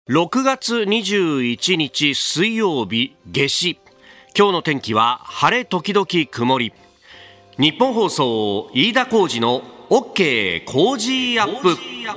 6月21日水曜日、夏至。今日の天気は晴れ時々曇り。日本放送飯田浩司の OK 工事アップ。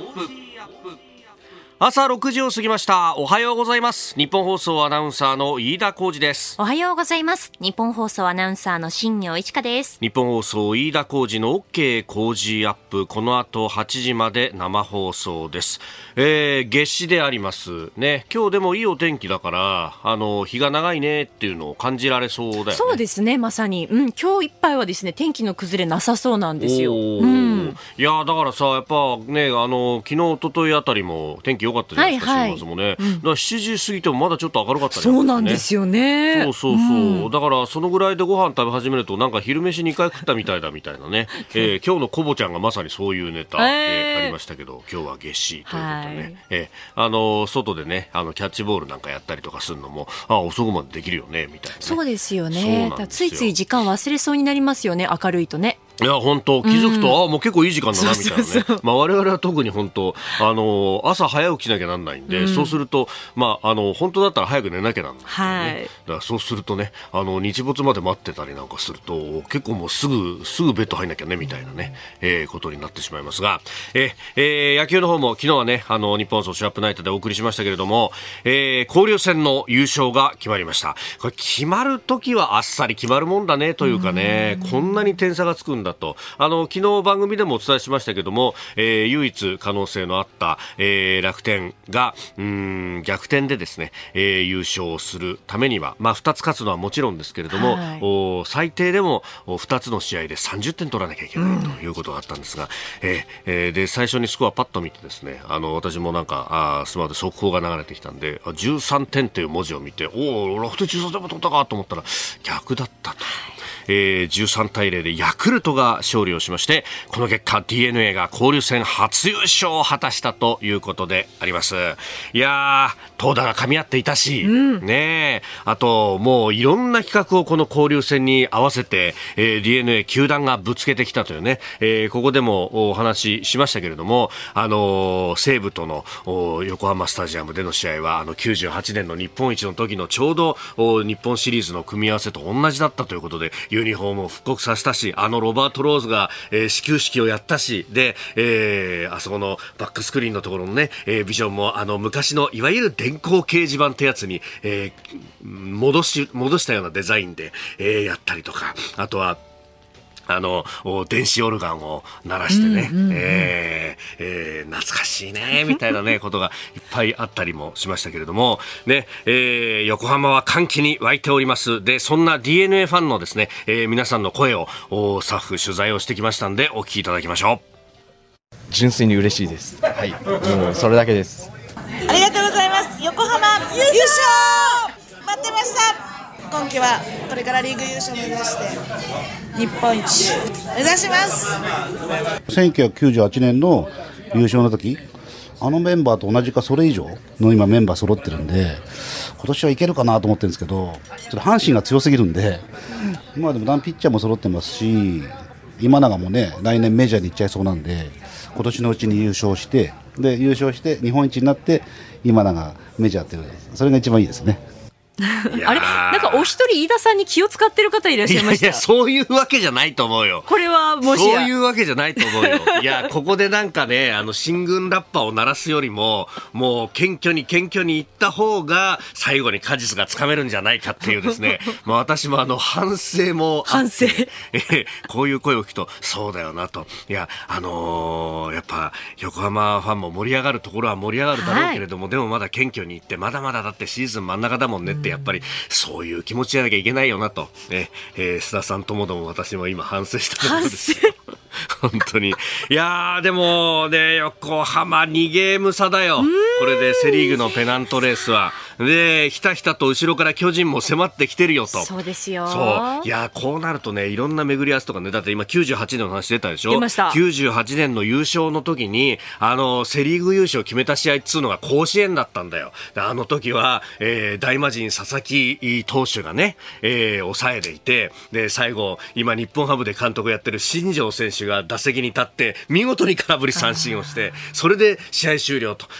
朝6時を過ぎました。おはようございます。日本放送アナウンサーの飯田浩司です。 おはようございます。日本放送アナウンサーの新業一華です。 日本放送飯田浩司の OK 工事アップ。この後8時まで生放送です。夏至でありますね。今日でもいいお天気だから日が長いねっていうのを感じられそうだよね。 そうですね、まさに、今日いっぱいはですね、天気の崩れなさそうなんですよ。 いやだからさ、やっぱね、昨日一昨日あたりも天気良かったじゃないですか、週末もね。だから7時過ぎてもまだちょっと明るかったり、ね、 そうなんですよね。 そう、だからそのぐらいでご飯食べ始めるとなんか昼飯2回食ったみたいだみたいなね、今日のコボちゃんがまさにそういうネタ、ありましたけど、今日は夏至ということでね、外でねキャッチボールなんかやったりとかするのも遅くまでできるよねみたいな、ね、 そうですよね。ついつい時間忘れそうになりますよね、明るいとね。 いや本当気づくと、もう結構いい時間だなみたいなね。我々は特に本当朝早起きしなきゃなんないんで、そうすると本当だったら早く寝なきゃなんないんで、ね、だからそうするとね日没まで待ってたりなんかすると結構もうすぐベッド入んなきゃねみたいなね、ことになってしまいますが、野球の方も昨日はね日本ソーシャルアップナイトでお送りしましたけれども、交流戦の優勝が決まりました。これ決まるときはあっさり決まるもんだねというかね、こんなに点差がつくんだと昨日番組でもお伝えしましたけども、唯一可能性のあった、楽天が逆転でですね、優勝するためには、2つ勝つのはもちろんですけれども、最低でも2つの試合で30点取らなきゃいけないということがあったんですが、で最初にスコアパッと見てですね、私もなんかスマートで速報が流れてきたんで13点という文字を見て、楽天13点も取ったかと思ったら逆だったと。13対0でヤクルトが勝利をしまして、この結果 DNA が交流戦初優勝を果たしたということであります。いやー、投打が噛み合っていたし、ね、あともういろんな企画をこの交流戦に合わせて、DNA 球団がぶつけてきたというね、ここでもお話ししましたけれども、西武との横浜スタジアムでの試合は98年の日本一の時のちょうど日本シリーズの組み合わせと同じだったということで、ユニフォームを復刻させたし、ロバート・ローズが、始球式をやったし、で、あそこのバックスクリーンのところのね、ビジョンも昔のいわゆる電光掲示板ってやつに、戻したようなデザインで、やったりとか、あとは電子オルガンを鳴らしてね、懐かしいねみたいなねことがいっぱいあったりもしましたけれどもね、横浜は歓喜に沸いております。でそんな DNA ファンのですね、皆さんの声をスタッフ取材をしてきましたんでお聞きいただきましょう。 純粋に嬉しいです。はい、もうそれだけです。 ありがとうございます。横浜優勝待ってました。今季はこれからリーグ優勝を目指して日本一目指します。 1998年の優勝の時メンバーと同じかそれ以上の今メンバー揃ってるんで、今年はいけるかなと思ってるんですけど、ちょっと阪神が強すぎるんで、でもピッチャーも揃ってますし、今永もね来年メジャーに行っちゃいそうなんで、今年のうちに優勝して日本一になって今永メジャーっていう、それが一番いいですね。 あれなんかお一人飯田さんに気を使ってる方いらっしゃいました。 いやそういうわけじゃないと思うよ。 これはもしやそういうわけじゃないと思うよ。いやここでなんかね進軍ラッパを鳴らすよりももう謙虚に行った方が最後に果実がつかめるんじゃないかっていうですね私も反省もこういう声を聞くとそうだよなと。いややっぱ横浜ファンも盛り上がるところは盛り上がるだろうけれども、でもまだ謙虚に行ってまだまだだってシーズン真ん中だもんねってやっぱりそういう気持ちじゃなきゃいけないよなと、須田さんともども私も今反省したところですよ。本当に。いやーでもね横浜2ゲーム差だよ。これでセリーグのペナントレースはでひたひたと後ろから巨人も迫ってきてるよと。 そうですよ。 そういやこうなるとねいろんな巡り合わせとかね、だって今98年の話出たでしょ。 出ました。 98年の優勝の時にセリーグ優勝を決めた試合っつうのが甲子園だったんだよ。で時は、大魔神佐々木投手がね、抑えでいて、で最後今日本ハムで監督やってる新庄選手が打席に立って見事に空振り三振をして、それで試合終了と。で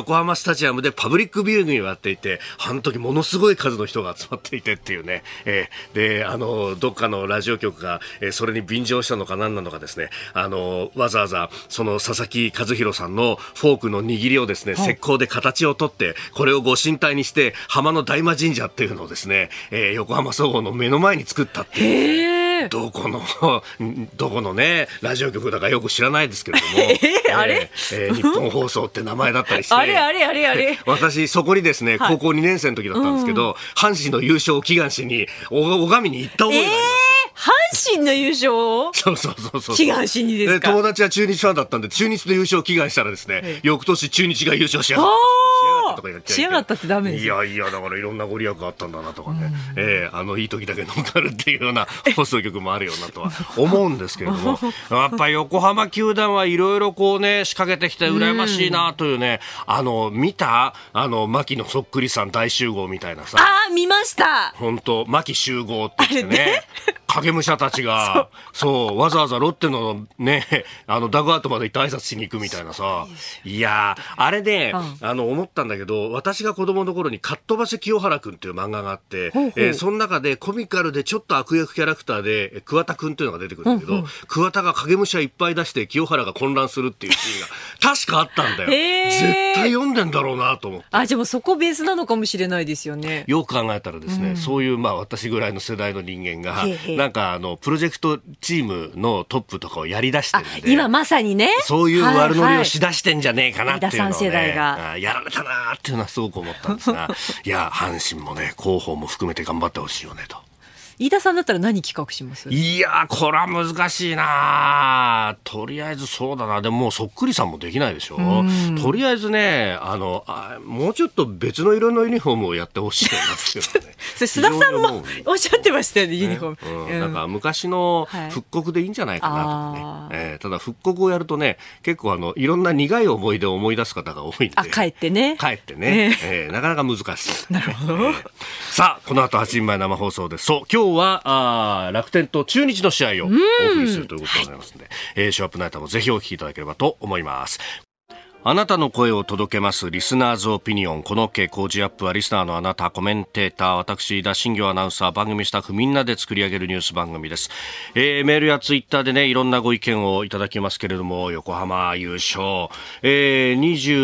横浜スタジアムでパブリックビューイングをやっていて、あの時ものすごい数の人が集まっていてっていうね、でどっかのラジオ局が、それに便乗したのか何なのかですね、わざわざその佐々木和弘さんのフォークの握りをですね、石膏で形をとってこれをご神体にして浜の大魔神社っていうのをですね、横浜総合の目の前に作ったっていう。どこのねラジオ局だかよく知らないですけれども、 あれ日本放送って名前だったりして、 あれ私そこにですね、高校2年生の時だったんですけど、阪神の優勝を祈願しに拝みに行った覚えがあります。 阪神の優勝をそう祈願しにですか。 友達は中日ファンだったんで、中日の優勝を祈願したらですね、翌年中日が優勝しやがったしやがったってダメです。 いやだからいろんなご利益があったんだなとかね、いい時だけ乗っかるっていうような放送局もあるようなとは思うんですけれどもやっぱり横浜球団はいろいろこうね仕掛けてきて羨ましいなというね、見た牧野そっくりさん大集合みたいなさ、 見ました。 本当牧集合って言ってね影武者たちがわざわざロッテのねダグアウトまで行って挨拶しに行くみたいなさ、いやあれで、思ったんだけど、私が子供の頃にかっ飛ばせ清原くんっていう漫画があって、その中でコミカルでちょっと悪役キャラクターで桑田くんっていうのが出てくるんだけど、桑田が影武者いっぱい出して清原が混乱するっていうシーンが確かあったんだよ。絶対読んでんだろうなと思って。 じゃあもうそこベースなのかもしれないですよね。 よく考えたらですね、そういう私ぐらいの世代の人間がなんかプロジェクトチームのトップとかをやり出してるんで、 今まさにねそういう悪ノリをしだしてんじゃねえかなっていうのをね、 世代がやられたなっていうのはすごく思ったんですがいや阪神もね広報も含めて頑張ってほしいよねと。 飯田さんだったら何企画します？ いやこれは難しいな。とりあえずそうだな。でももうそっくりさんもできないでしょ。とりあえずねもうちょっと別の色のユニフォームをやってほしいなっていうのね須田さんもおっしゃってましたよね、ユニフォーム、 なんか昔の復刻でいいんじゃないかなとね、ただ復刻をやるとね結構いろんな苦い思い出を思い出す方が多いんで、 帰ってねなかなか難しい。 なるほど、 さあこの後8時前生放送です。今日は楽天と中日の試合をお送りするということでございますので、ショーアップナイターもぜひお聞きいただければと思います。あなたの声を届けますリスナーズオピニオン。この OK 工事アップはリスナーのあなた、コメンテーター、私田新行アナウンサー、番組スタッフみんなで作り上げるニュース番組です。メールやツイッターでねいろんなご意見をいただきますけれども、横浜優勝、もうね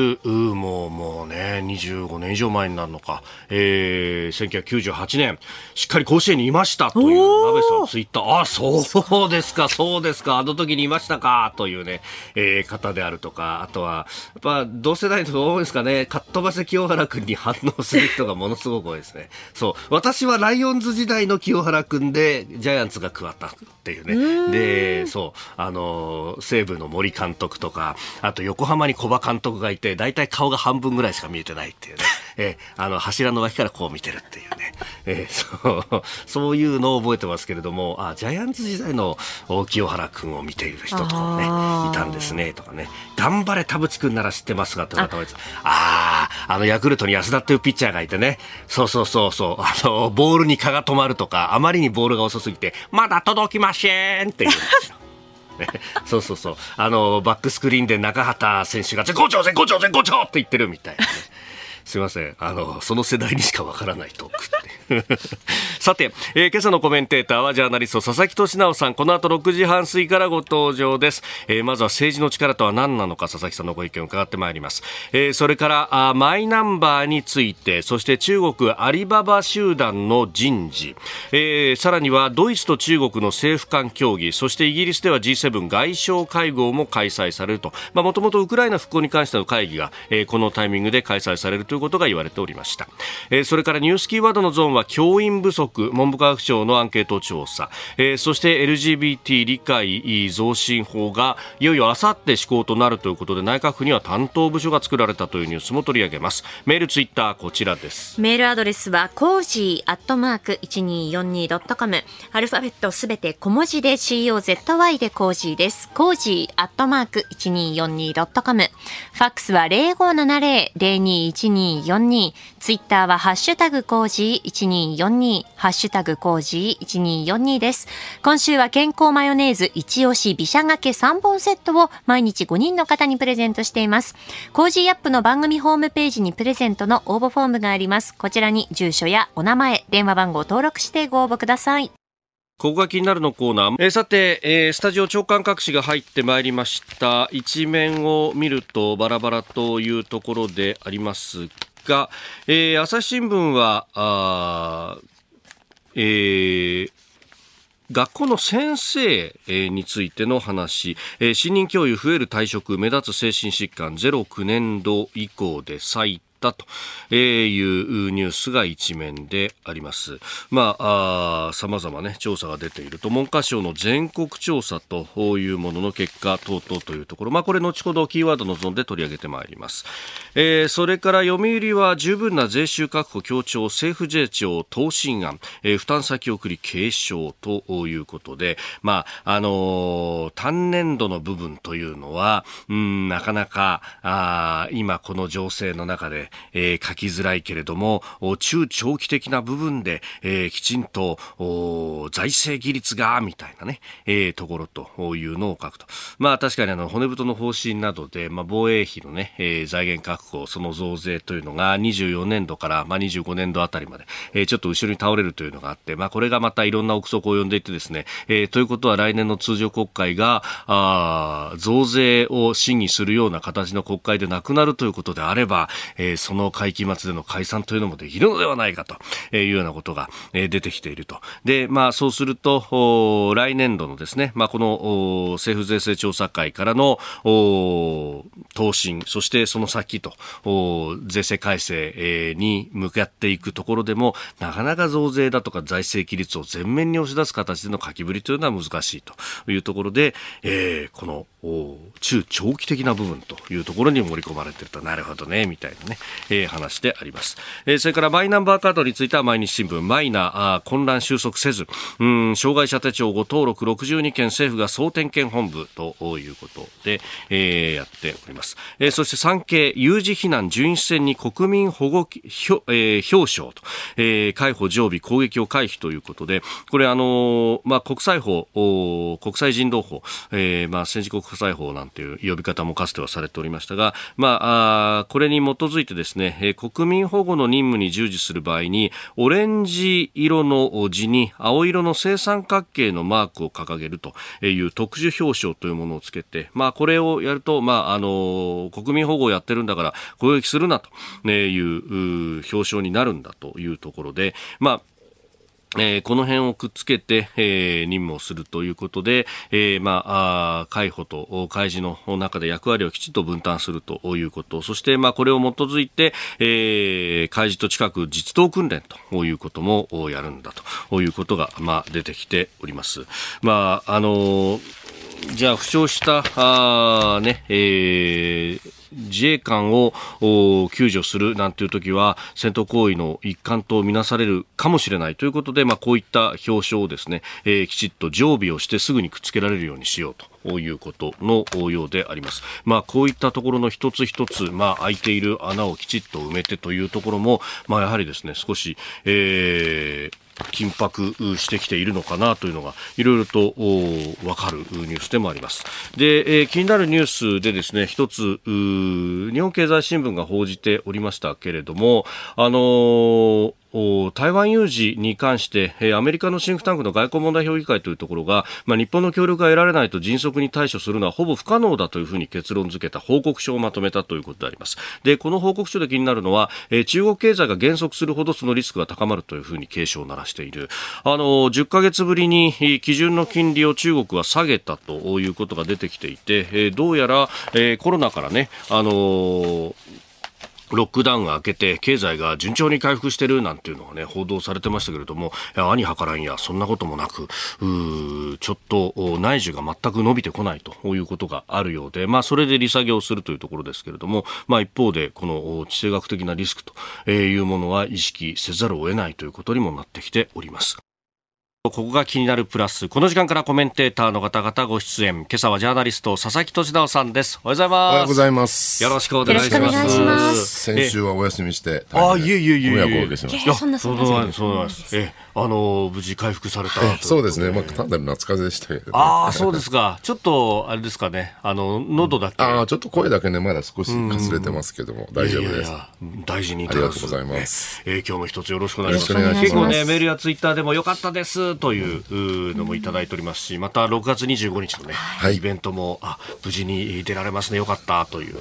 25年以上前になるのか、1998年しっかり甲子園にいましたという鍋さんツイッター、そうですかあの時にいましたかというね、方であるとか、あとはやっぱ同世代のと思うんですかね、かっ飛ばせ清原くんに反応する人がものすごく多いですね。私はライオンズ時代の清原くんでジャイアンツが加わったっていうね。で西武の森監督とか、あと横浜に小葉監督がいて、だいたい顔が半分ぐらいしか見えてないっていうね、柱の脇からこう見てるっていうね、そういうのを覚えてますけれども、ジャイアンツ時代の清原くんを見ている人とかもねいたんですねとかね。頑張れ田淵くんなら知ってますがという方もいます。ヤクルトに安田というピッチャーがいてね、ボールに蚊が止まるとか、あまりにボールが遅すぎてまだ届きませんって言うんですよバックスクリーンで中畑選手が絶好調って言ってるみたいなね。すいません、その世代にしかわからないトークってさて、今朝のコメンテーターはジャーナリスト佐々木俊直さん。この後6時半過ぎからご登場です。まずは政治の力とは何なのか、佐々木さんのご意見を伺ってまいります。それからマイナンバーについて、そして中国アリババ集団の人事、さらにはドイツと中国の政府間協議、そしてイギリスでは G7 外相会合も開催されると、もともとウクライナ復興に関しての会議が、このタイミングで開催されるということが言われておりました。それからニュースキーワードのゾーンは教員不足、文部科学省のアンケート調査、そして LGBT 理解増進法がいよいよあさって施行となるということで、内閣府には担当部署が作られたというニュースも取り上げます。メールツイッターこちらです。 メールアドレスはコージー@1242.com、 アルファベットすべて小文字で COZY でコージーです。コージー@1242.com、 ファックスは 0570-021242、ツイッターはハッシュタグコージー 1242ハッシュタグコージー1242です。今週は健康マヨネーズ一押し美写がけ3本セットを毎日5人の方にプレゼントしています。コージーアップの番組ホームページにプレゼントの応募フォームがあります。こちらに住所やお名前、電話番号を登録してご応募ください。 ここが気になるのコーナー。さて、スタジオ長官各紙が入ってまいりました。一面を見るとバラバラというところでありますが、朝日新聞は学校の先生についての話、新任教諭増える退職、目立つ精神疾患09年度以降で最多というニュースが一面であります。様々ね調査が出ていると、文科省の全国調査というものの結果等々というところ、これ後ほどキーワードのゾーンで取り上げてまいります。それから読売は十分な税収確保強調、政府税調答申案、負担先送り継承ということで、単年度の部分というのはなかなか今この情勢の中で書きづらいけれども、中長期的な部分で、きちんと財政規律がみたいなね、ところというのを書くと。確かに骨太の方針などで、防衛費のね、財源確保、その増税というのが24年度から、25年度あたりまで、ちょっと後ろに倒れるというのがあって、これがまたいろんな憶測を呼んでいってですね、ということは来年の通常国会が増税を審議するような形の国会でなくなるということであれば、その会期末での解散というのもできるのではないかというようなことが出てきていると。で、そうすると来年度のですね、この政府税制調査会からの答申、そしてその先と税制改正に向かっていくところでも、なかなか増税だとか財政規律を前面に押し出す形での書きぶりというのは難しいというところで、この中長期的な部分というところに盛り込まれていると、なるほどねみたいなね、話であります。それからマイナンバーカードについては毎日新聞、マイナ混乱収束せず、障害者手帳誤登録62件、政府が総点検本部ということで、やっております。そして産経、有事避難巡視船に国民保護表彰と、海保常備攻撃を回避ということで、これ国際法、国際人道法、戦時国際法なんていう呼び方もかつてはされておりましたが、これに基づいてですね、国民保護の任務に従事する場合にオレンジ色の字に青色の正三角形のマークを掲げるという特殊表彰というものをつけて、これをやると、国民保護をやってるんだから攻撃するなという表彰になるんだというところで、この辺をくっつけて、任務をするということで、海保と海事の中で役割をきちんと分担するということ、そしてこれを基づいて、海事と近く実動訓練ということもやるんだということが出てきております。じゃあ負傷した自衛官を救助するなんていう時は戦闘行為の一環とみなされるかもしれないということで、こういった表彰をですね、きちっと常備をしてすぐにくっつけられるようにしようということのようであります。こういったところの一つ一つ、開いている穴をきちっと埋めてというところも、やはりですね、少し、緊迫してきているのかなというのがいろいろと分かるニュースでもあります。で、気になるニュースでですね、一つ日本経済新聞が報じておりましたけれども、台湾有事に関して、アメリカのシンクタンクの外交問題評議会というところが、日本の協力が得られないと迅速に対処するのはほぼ不可能だというふうに結論付けた報告書をまとめたということであります。で、この報告書で気になるのは、中国経済が減速するほどそのリスクが高まるというふうに警鐘を鳴らしている。10ヶ月ぶりに基準の金利を中国は下げたということが出てきていて、どうやら、コロナからね、ロックダウンが明けて経済が順調に回復してるなんていうのがね報道されてましたけれども、兄はからんやそんなこともなく、ちょっと内需が全く伸びてこないということがあるようで、それで利下げをするというところですけれども、一方でこの地政学的なリスクというものは意識せざるを得ないということにもなってきております。 ここが気になるプラス。この時間からコメンテーターの方々ご出演。今朝はジャーナリスト佐々木俊直さんです。おはようございます。 おはようございます。 よろしくお願いします。 先週はお休みして大変いえご迷惑をおかけしました。 そんなそうなんです。無事回復された。 そうですね。単なる夏風邪でしたけど、ね。 そうですか。ちょっとあれですかね。喉だけ。 ちょっと声だけねまだ少しかすれてますけども大丈夫です。 大事にありがとうございます。 今日も一つよろしくお願いします。 結構ねメールやツイッターでも良かったですというのもいただいておりますし、また6月25日のね、イベントも無事に出られますね、良かったという、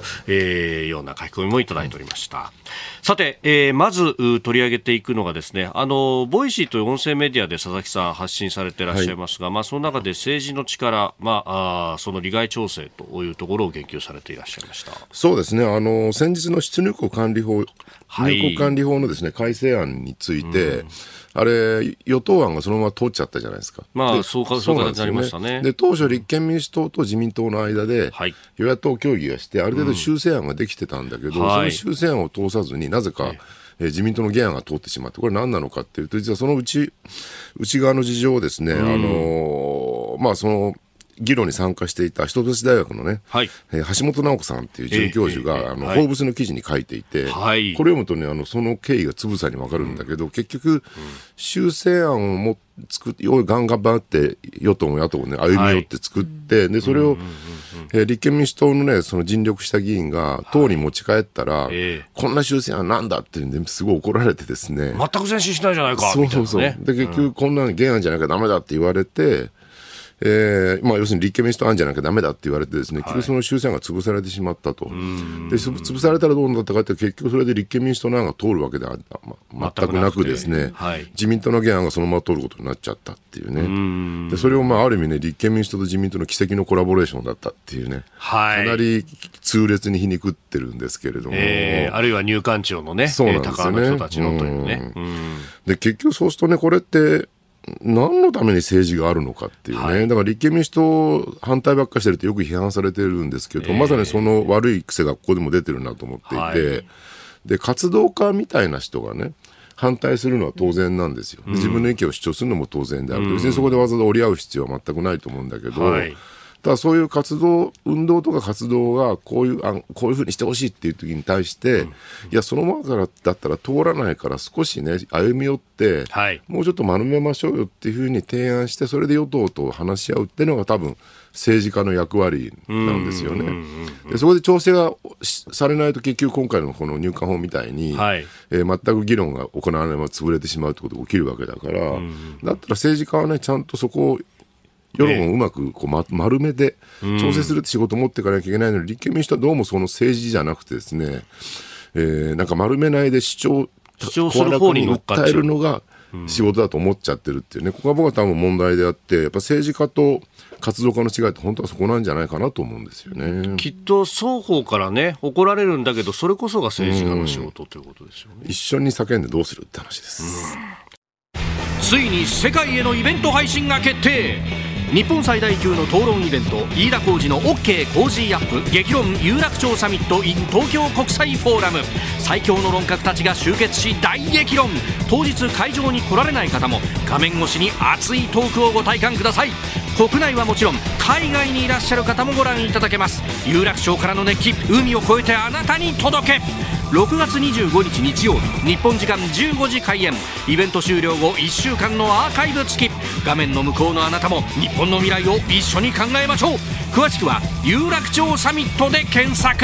ような書き込みもいただいておりました。さて、まず取り上げていくのがですね、ボイシーという音声メディアで佐々木さん発信されていらっしゃいますが、その中で政治の力、その利害調整というところを言及されていらっしゃいました。 そうですね。先日の出入国管理法、入国管理法のですね改正案について、あれ与党案がそのまま通っちゃったじゃないですか。 そうなりましたね。 で当初立憲民主党と自民党の間で与野党協議がしてある程度修正案ができてたんだけど、その修正案を通さずになぜか、自民党の原案が通ってしまって、これ何なのかっていうと、実はその内側の事情をですね、その議論に参加していた人吉大学のね、橋本直子さんっていう准教授が、フォーブスの記事に書いていて、これ読むとねその経緯がつぶさに分かるんだけど、結局、修正案を作ってガンガンバンって与党も野党もね歩み寄って作って、でそれを、立憲民主党のねその尽力した議員が党に持ち帰ったら、こんな修正案なんだっていうんですごい怒られてですね、 全く前進しないじゃないかみたいなね。 で結局こんな原案じゃなきゃダメだって言われて、要するに立憲民主党案じゃなきゃダメだって言われてですね、結局その修正案が潰されてしまったと。で潰されたらどうなったかって結局それで立憲民主党の案が通るわけでは全くなくですね、自民党の原案がそのまま通ることになっちゃったっていうね。でそれをある意味ね立憲民主党と自民党の奇跡のコラボレーションだったっていうね、かなり痛烈に皮肉ってるんですけれども、 あるいは入管庁のねそうなんですよね、 高の人たちのというね。 で結局そうするとねこれって何のために政治があるのかっていうね、だから立憲民主党反対ばっかりしてるとよく批判されてるんですけど、まさにその悪い癖がここでも出てるなと思っていて、で活動家みたいな人がね反対するのは当然なんですよ。自分の意見を主張するのも当然である。別にそこでわざわざ折り合う必要は全くないと思うんだけど、ただそういう運動とか活動がこういうふうにしてほしいっていう時に対して、いやそのままだったら通らないから少しね歩み寄って、もうちょっと丸めましょうよっていうふうに提案して、それで与党と話し合うっていうのが多分政治家の役割なんですよね。でそこで調整がされないと結局今回のこの入管法みたいに、全く議論が行われないまま潰れてしまうってことが起きるわけだから、だったら政治家はねちゃんとそこを世論をうまく丸めで調整するって仕事を持っていかなきゃいけないのに、立憲民主党はどうもその政治じゃなくてですね、なんか丸めないで主張する方に訴えるのが仕事だと思っちゃってるっていうね、ここが僕は多分問題であって、やっぱ政治家と活動家の違いって本当はそこなんじゃないかなと思うんですよね。 きっと双方からね怒られるんだけど、それこそが政治家の仕事ということですよね。 一緒に叫んでどうするって話です。 ついに世界へのイベント配信が決定。日本最大級の討論イベント、飯田浩司の OK コージーアップ激論有楽町サミット in 東京国際フォーラム。最強の論客たちが集結し大激論。当日会場に来られない方も画面越しに熱いトークをご体感ください。国内はもちろん海外にいらっしゃる方もご覧いただけます。有楽町からの熱気、海を越えてあなたに届け。6月25日日曜日、日本時間15時開演。イベント終了後1週間のアーカイブ付き。画面の向こうのあなたも日本の未来を一緒に考えましょう。詳しくは有楽町サミットで検索。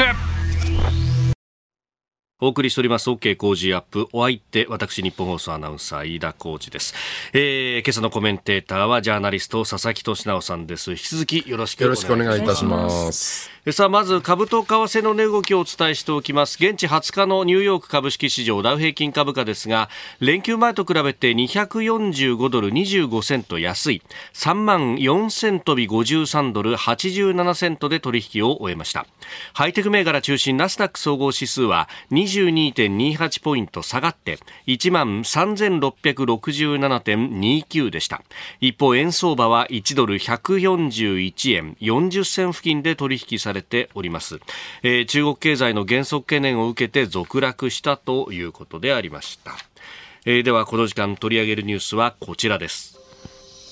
お送りしております OK 工事アップ。お相手私日本放送アナウンサー飯田浩司です。今朝のコメンテーターはジャーナリスト佐々木俊直さんです。引き続きよろしくお願いいたします。さあまず株と為替の値動きをお伝えしておきます。現地20日のニューヨーク株式市場ダウ平均株価ですが、連休前と比べて245ドル25セント安い 34,000 飛び53ドル87セントで取引を終えました。ハイテク銘柄中心ナスダック総合指数は 22.28 ポイント下がって13,667.29 でした。一方円相場は1ドル141円40銭付近で取引されております。中国経済の減速懸念を受けて続落したということでありました。ではこの時間取り上げるニュースはこちらです。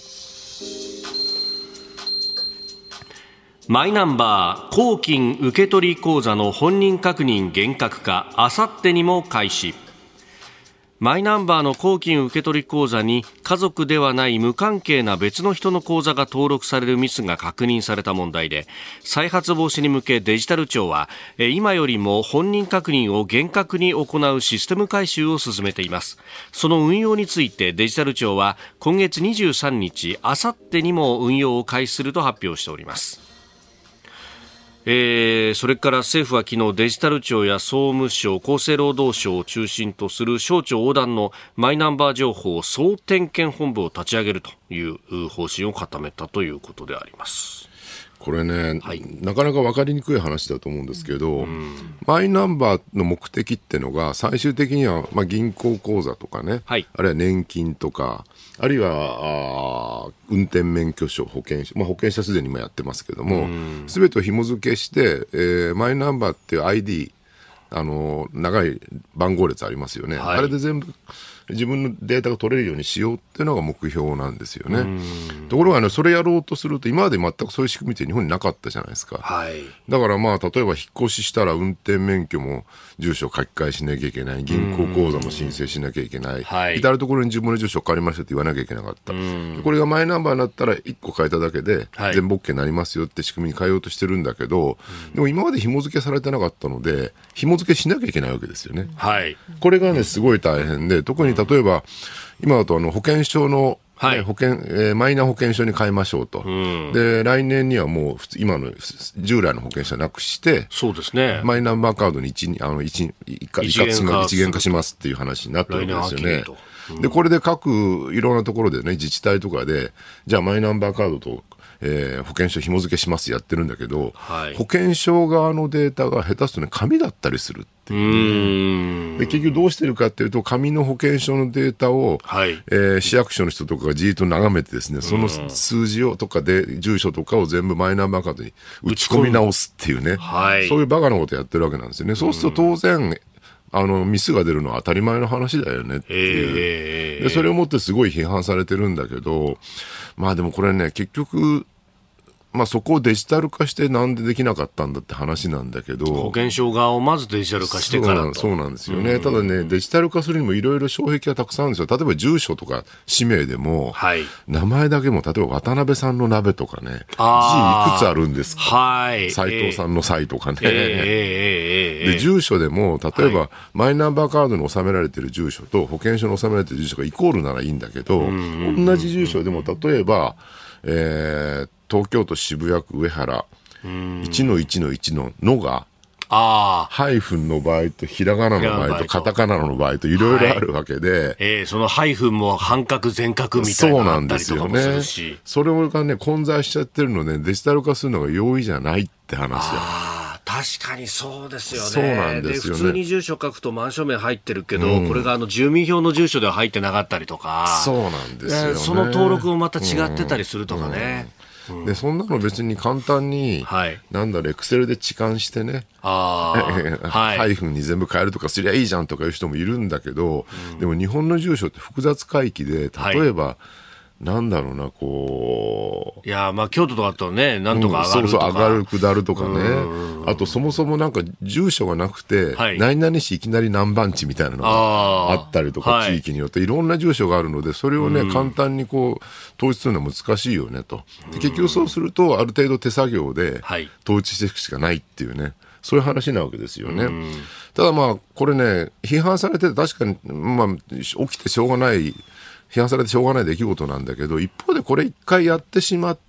マイナンバー公金受取口座の本人確認厳格化、あさってにも開始。マイナンバーの公金受取口座に家族ではない無関係な別の人の口座が登録されるミスが確認された問題で、再発防止に向けデジタル庁は今よりも本人確認を厳格に行うシステム改修を進めています。その運用についてデジタル庁は今月23日、あさってにも運用を開始すると発表しております。それから政府は昨日デジタル庁や総務省、厚生労働省を中心とする省庁横断のマイナンバー情報総点検本部を立ち上げるという方針を固めたということであります。 これね、なかなか分かりにくい話だと思うんですけど、マイナンバーの目的っていうのが最終的には、銀行口座とかね、あるいは年金とか、あるいは運転免許証、保険証、保険証はすでに今やってますけども、すべてを紐付けして、マイナンバーっていう ID、長い番号列ありますよね、あれで全部自分のデータが取れるようにしようっていうのが目標なんですよね。ところがそれやろうとすると今まで全くそういう仕組みって日本になかったじゃないですか、だから例えば引っ越ししたら運転免許も住所を書き換えしなきゃいけない、銀行口座も申請しなきゃいけない、至るところに自分の住所変わりましたって言わなきゃいけなかった。これがマイナンバーになったら1個変えただけで全部 OK になりますよって仕組みに変えようとしてるんだけど、でも今まで紐付けされてなかったので紐付けしなきゃいけないわけですよね。これがねすごい大変で、特に例えば今だと保険証のマイナ保険証に変えましょうと、で来年にはもう今の従来の保険証なくして、 そうですね、 マイナンバーカードに一元化しますっていう話になってるわけですよね。でこれで各いろんなところでね、自治体とかでじゃあマイナンバーカードと保険証紐付けしますやってるんだけど、保険証側のデータが下手するとね紙だったりするっていう、で結局どうしてるかっていうと、紙の保険証のデータを、市役所の人とかがじーっと眺めてですね、その数字をとかで住所とかを全部マイナンバーカードに打ち込み直すっていうね、そういうバカなことやってるわけなんですよね。そうすると当然ミスが出るのは当たり前の話だよねっていう、でそれをもってすごい批判されてるんだけど、でもこれね結局そこをデジタル化してなんでできなかったんだって話なんだけど、 保険証側をまずデジタル化してからと。 そうなんですよね。ただね、デジタル化するにもいろいろ障壁がたくさんあるんですよ。例えば住所とか氏名でも、名前だけも例えば渡辺さんの鍋とかね、字いくつあるんですか、斉藤さんの斉とかね、で住所でも例えば、マイナンバーカードに収められている住所と保険証に収められている住所がイコールならいいんだけど、同じ住所でも例えば、東京都渋谷区上原 1-1-1 のがハイフンの場合とひらがなの場合とカタカナの場合といろいろあるわけで、 そのハイフンも半角全角みたいなのがあったりとかもするし、 そうなんですよね。それがね混在しちゃってるのでデジタル化するのが容易じゃないって話だ。 確かにそうですよね。 そうなんですよね。 普通に住所書くとマンション名入ってるけど、これが住民票の住所では入ってなかったりとか、 そうなんですよね。 その登録もまた違ってたりするとかね。 でそんなの別に簡単に、エクセルで置換してね、ハイフンに全部変えるとかすりゃいいじゃんとかいう人もいるんだけど、でも日本の住所って複雑回帰で、例えば、なんだろうな、こう。 いや、京都とかだとね、なんとか上がるとか。 上がる、下るとかね。あと、そもそも住所がなくて、何々市いきなり何番地みたいなのがあったりとか、地域によっていろんな住所があるので、それをね、簡単に統一するのは難しいよねと。で結局そうすると、ある程度手作業で統一していくしかないっていうね。そういう話なわけですよね。ただこれね、批判されて確かに、起きてしょうがない、批判されてしょうがない出来事なんだけど、一方でこれ一回やってしまって、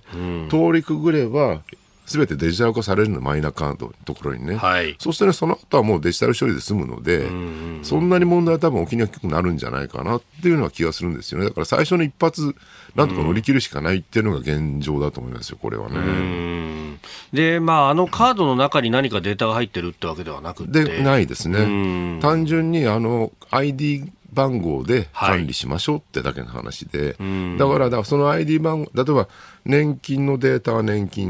通りくぐれば全てデジタル化されるの、マイナカードのところにね、そうするとね、その後はもうデジタル処理で済むので、そんなに問題は多分起きにくくなるんじゃないかなっていうのは気がするんですよね。だから最初の一発なんとか乗り切るしかないっていうのが現状だと思いますよ、これはね。 でカードの中に何かデータが入ってるってわけではなくて、 ないですね。単純にID番号で管理しましょうってだけの話で、だからその ID 番号、例えば年金のデータは年金の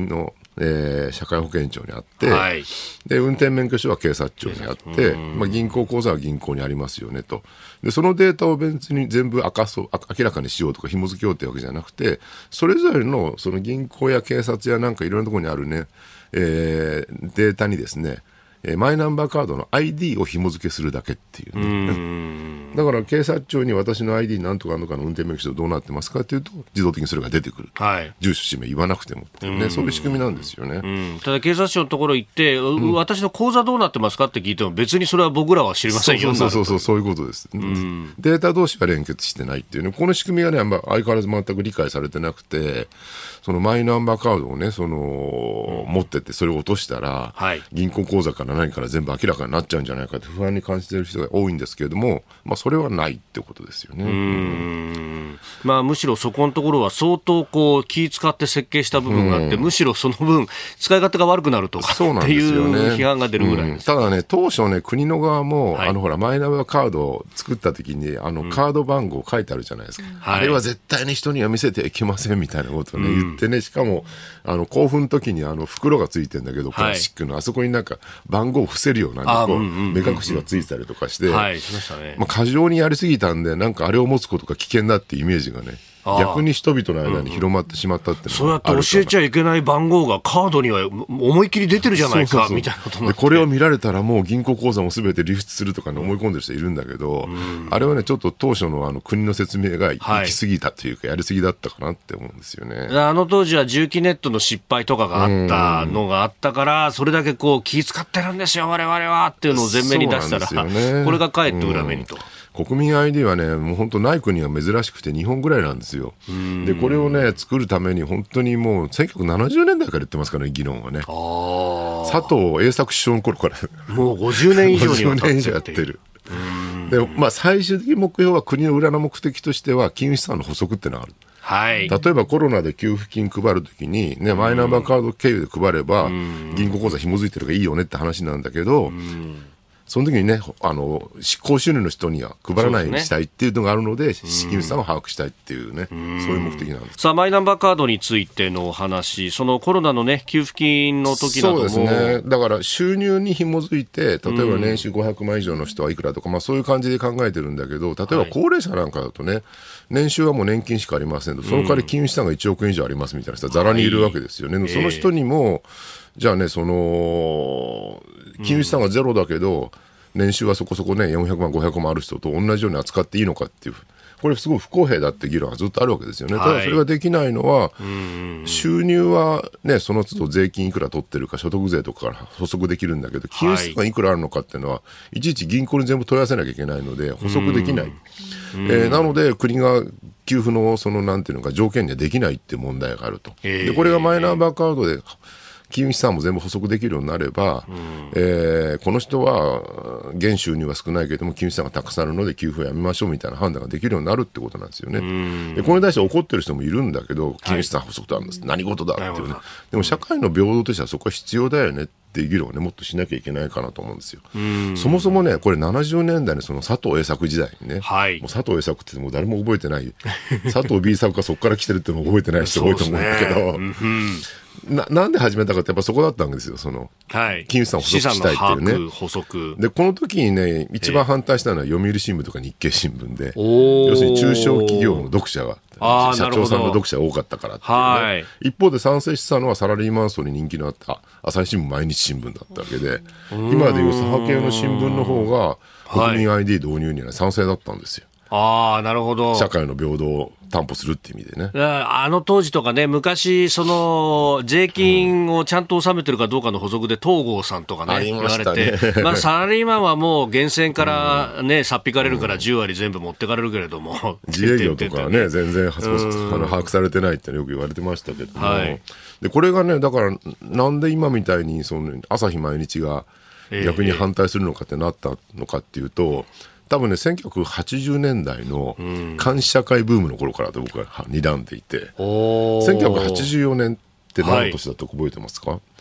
社会保険庁にあって、 はい、 で運転免許証は警察庁にあって、銀行口座は銀行にありますよねと。でそのデータを別に全部明らかにしようとか紐付けようというわけじゃなくて、それぞれのその銀行や警察やなんかいろんなところにあるね、データにですね、マイナンバーカードの ID を紐付けするだけっていうね。だから警察庁に私の ID なんとかのかの運転免許証どうなってますかっていうと自動的にそれが出てくる、はい、住所氏名言わなくてもっていうね、そういう仕組みなんですよね。 ただ警察庁のところ行って、私の口座どうなってますかって聞いても別にそれは僕らは知りませんよ。 そういうことです、データ同士が連結してないっていうね、この仕組みがね相変わらず全く理解されてなくて、そのマイナンバーカードをね持ってってそれを落としたら、はい、銀行口座から何から全部明らかになっちゃうんじゃないかって不安に感じている人が多いんですけれども、それはないってことですよね。 むしろそこのところは相当気使って設計した部分があって、むしろその分使い勝手が悪くなるとかっていう批判が出るぐらいです。 ただね、当初ね国の側も、はい、ほらマイナンバーカードを作った時にカード番号書いてあるじゃないですか、あれは絶対に人には見せてはいけませんみたいなことをね、言ってね、しかも交付の時に袋がついてるんだけどプラスチックの、あそこになんか番号を伏せるような目隠しがついてたりとかして、過剰にやりすぎたんで、なんかあれを持つことが危険だっていうイメージがね、逆に人々の間に広まってしまったっていうのがあるから、 そうやって教えちゃいけない番号がカードには思いっきり出てるじゃないかみたいなことになって、 これを見られたらもう銀行口座も全て流出するとか、ね、思い込んでる人いるんだけど、あれはねちょっと当初の国の説明が行き過ぎたというか、やりすぎだったかなって思うんですよね。 当時は重機ネットの失敗とかがあったのがあったから、それだけ気遣ってるんですよ我々はっていうのを前面に出したら、これがかえって裏目にと。 国民 ID はねもう本当ない国は珍しくて日本ぐらいなんですよ。でこれをね作るために本当にもう1970年代から言ってますからね、議論はね。佐藤栄作首相の頃からもう 50年以上に 50年以上やってる。で最終的目標は国の裏の目的としては金融資産の補足ってのがある。はい、例えばコロナで給付金配るときに、ね、マイナンバーカード経由で配れば銀行口座紐づいてるからいいよねって話なんだけど、その時にね執行収入の人には配らないようにしたいっていうのがあるので、資金資産を把握したいっていうね、そういう目的なんです。 さあマイナンバーカードについてのお話、そのコロナのね給付金の時などもそうですね、だから収入に紐づいて、例えば年収500万以上の人はいくらとか、そういう感じで考えてるんだけど、例えば高齢者なんかだとね、年収はもう年金しかありませんと、その代わり金融資産が1億円以上ありますみたいな人はざらにいるわけですよね。その人にもじゃあね、その金融資産がゼロだけど、年収はそこそこね400万500万ある人と同じように扱っていいのかっていう、これすごい不公平だって議論がずっとあるわけですよね。ただそれができないのは、収入はねその都度税金いくら取ってるか所得税とかから補足できるんだけど、金融資産がいくらあるのかっていうのは、いちいち銀行に全部問い合わせなきゃいけないので補足できない。なので国が給付のなんていうのか条件にはできないっていう問題があると。でこれがマイナンバーカードで金融資産も全部補足できるようになれば、この人は現収入は少ないけれども金融資産がたくさんあるので給付をやめましょうみたいな判断ができるようになるってことなんですよね。でこれに対して怒ってる人もいるんだけど、金融資産補足とは何事だっていうね。でも社会の平等としてはそこは必要だよねっていう議論をねもっとしなきゃいけないかなと思うんですよ。そもそもねこれ70年代にその佐藤栄作時代にね、もう佐藤栄作ってもう誰も覚えてない佐藤 B 作がそこから来てるっていうのを覚えてない人多いと思うんだけど、なんで始めたかってやっぱそこだったんですよ。金融資産を補足したいっていうね。 補足でこの時にね一番反対したのは読売新聞とか日経新聞で、要するに中小企業の読者が社長さんの読者が多かったからっていうね。一方で賛成したのはサラリーマン層に人気のあった朝日新聞毎日新聞だったわけで、今でいう左派系の新聞の方が国民 ID 導入には賛成だったんですよ。 なるほど。 社会の平等を担保するっていう意味でね。 当時とかね、昔税金をちゃんと納めてるかどうかの補足で東郷さんとかね言われて、サラリーマンはもう源泉からねさっ引かれるから10割全部持ってかれるけれども、 自営業とかはね全然把握されてないってよく言われてましたけども、でこれがねだからなんで今みたいに朝日毎日が逆に反対するのかってなったのかっていうと、多分ね1980年代の監視社会ブームの頃からと僕は睨んでいて、1984年って何の年だと覚えてますか？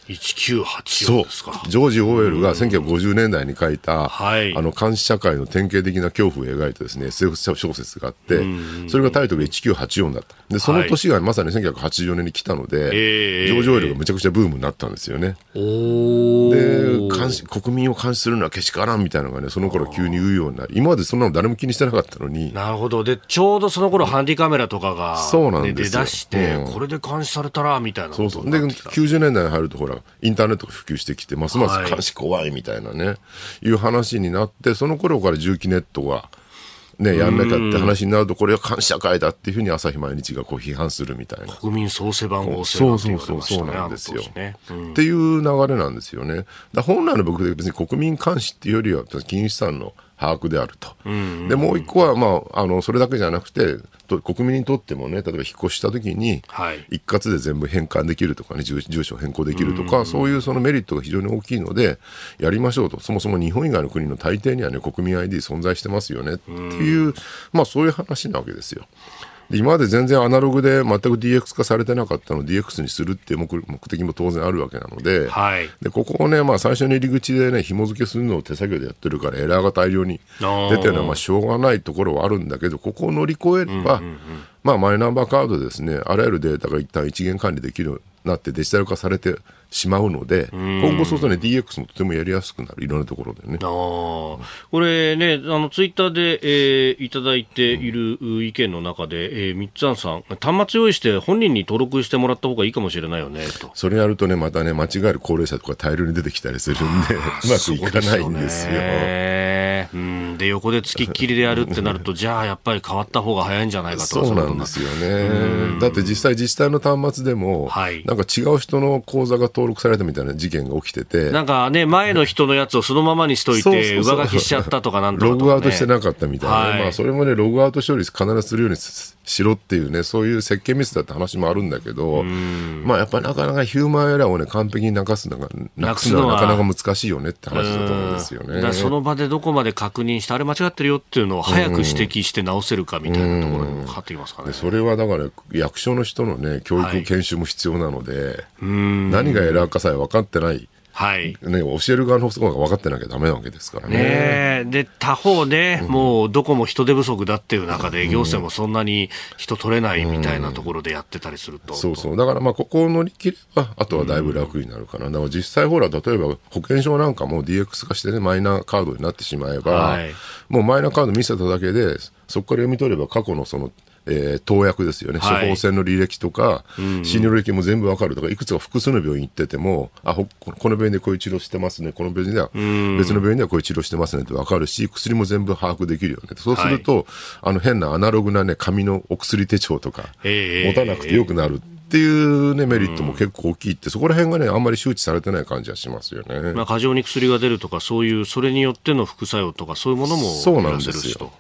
1984ですか。 ジョージ・オーウェルが1950年代に書いた、監視社会の典型的な恐怖を描いたですね SF 小説があって、それがタイトルが1984だった。でその年がまさに1984年に来たので、ジョージ・オーウェルがめちゃくちゃブームになったんですよね。で国民を監視するのはけしからんみたいなのがね、その頃急に言うようになり、今までそんなの誰も気にしてなかったのに。 なるほど。でちょうどその頃ハンディカメラとかが、ね、出だして、これで監視されたらみたいなことになってきた。 で90年代に入るとほらインターネットが普及してきて、ますます監視怖いみたいなね、いう話になって、その頃から重機ネットがね、やんなきゃって話になると、これは監視社会だっていうふうに朝日毎日がこう批判するみたいな。 国民総背番号制なんて言われましたね。 そうなんですよ、っていう流れなんですよね。だ本来の僕で別に国民監視っていうよりは金融資産の把握であると。でもう一個は、それだけじゃなくて国民にとってもね、例えば引っ越した時に、一括で全部返還できるとかね、住所変更できるとか、そういうそのメリットが非常に大きいのでやりましょうと。そもそも日本以外の国の大抵にはね、国民 ID 存在してますよねっていう、そういう話なわけですよ。今まで全然アナログで全く DX 化されてなかったのを DX にするっていう目的も当然あるわけなので、でここをね、最初の入り口でね、紐付けするのを手作業でやってるからエラーが大量に出てるのはしょうがないところはあるんだけど、ここを乗り越えれば、マイナンバーカードですね、あらゆるデータが一旦一元管理できるようになってデジタル化されてしまうので、今後そうするとね DX もとてもやりやすくなる、いろんなところでね。 これね、ツイッターで、いただいている意見の中で、みっつぁんさん、端末用意して本人に登録してもらった方がいいかもしれないよねと。 それやるとね、またね、間違える高齢者とか大量に出てきたりするんでうまくいかないんですよ。 で横でつきっきりでやるってなるとじゃあやっぱり変わった方が早いんじゃないかと。 そうなんですよね。だって実際自治体の端末でも、なんか違う人の口座が登録されたみたいな事件が起きてて、 なんかね、前の人のやつをそのままにしといて上書きしちゃったとかなんとかとか、ね、 ログアウトしてなかったみたいな、それもね、ログアウト処理必ずするようにしろっていうね、そういう設計ミスだって話もあるんだけど、やっぱりなかなかヒューマンエラーをね、完璧になくすのはなかなか難しいよねって話だと思うんですよね。 だからその場でどこまで確認してあれ間違ってるよっていうのを早く指摘して直せるかみたいなところにもかかってきますかね。 それはだから役所の人のね、教育研修も必要なので、何がエラーかさえ分かってない、教える側の方が分かってなきゃダメなわけですからね。 で他方ね、もうどこも人手不足だっていう中で、行政もそんなに人取れないみたいなところでやってたりすると、 だからここを乗り切ればあとはだいぶ楽になるかな。だから実際ほら、例えば保険証なんかも DX 化してね、マイナカードになってしまえば、もうマイナカード見せただけでそこから読み取れば過去のその投薬ですよね、処方箋の履歴とか、診療履歴も全部わかるとか、いくつか複数の病院行ってても、この病院でこういう治療してますね、この病院では別の病院ではこういう治療してますねってわかるし、薬も全部把握できるよね。そうすると、変なアナログなね、紙のお薬手帳とか持たなくてよくなるっていうね、メリットも結構大きいって、そこら辺がね、あんまり周知されてない感じはしますよね。 過剰に薬が出るとか、そういうそれによっての副作用とか、そういうものもそうなんですよ。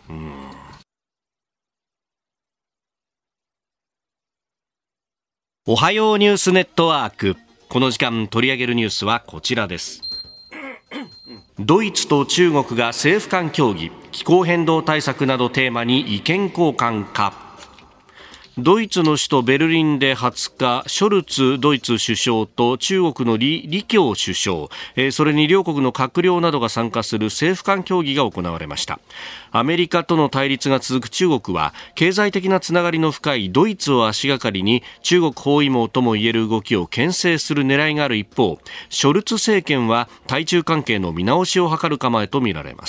おはようニュースネットワーク。この時間取り上げるニュースはこちらです。ドイツと中国が政府間協議、気候変動対策などテーマに意見交換か。ドイツの首都ベルリンで20日、ショルツドイツ首相と中国の李強首相、それに両国の閣僚などが参加する政府間協議が行われました。アメリカとの対立が続く中国は、経済的なつながりの深いドイツを足がかりに中国包囲網ともいえる動きを牽制する狙いがある一方、ショルツ政権は対中関係の見直しを図る構えとみられます。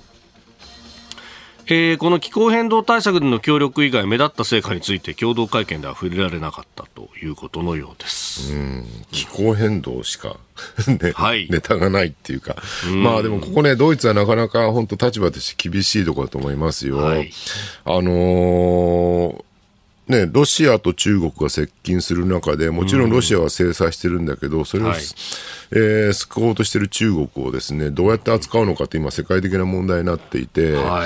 この気候変動対策での協力以外目立った成果について共同会見では触れられなかったということのようです。 気候変動しかネタがないっていうか、でもここね、ドイツはなかなか本当立場として厳しいところだと思いますよ。ロシアと中国が接近する中で、もちろんロシアは制裁してるんだけど、それを、救おうとしている中国をですね、どうやって扱うのかって今世界的な問題になっていて、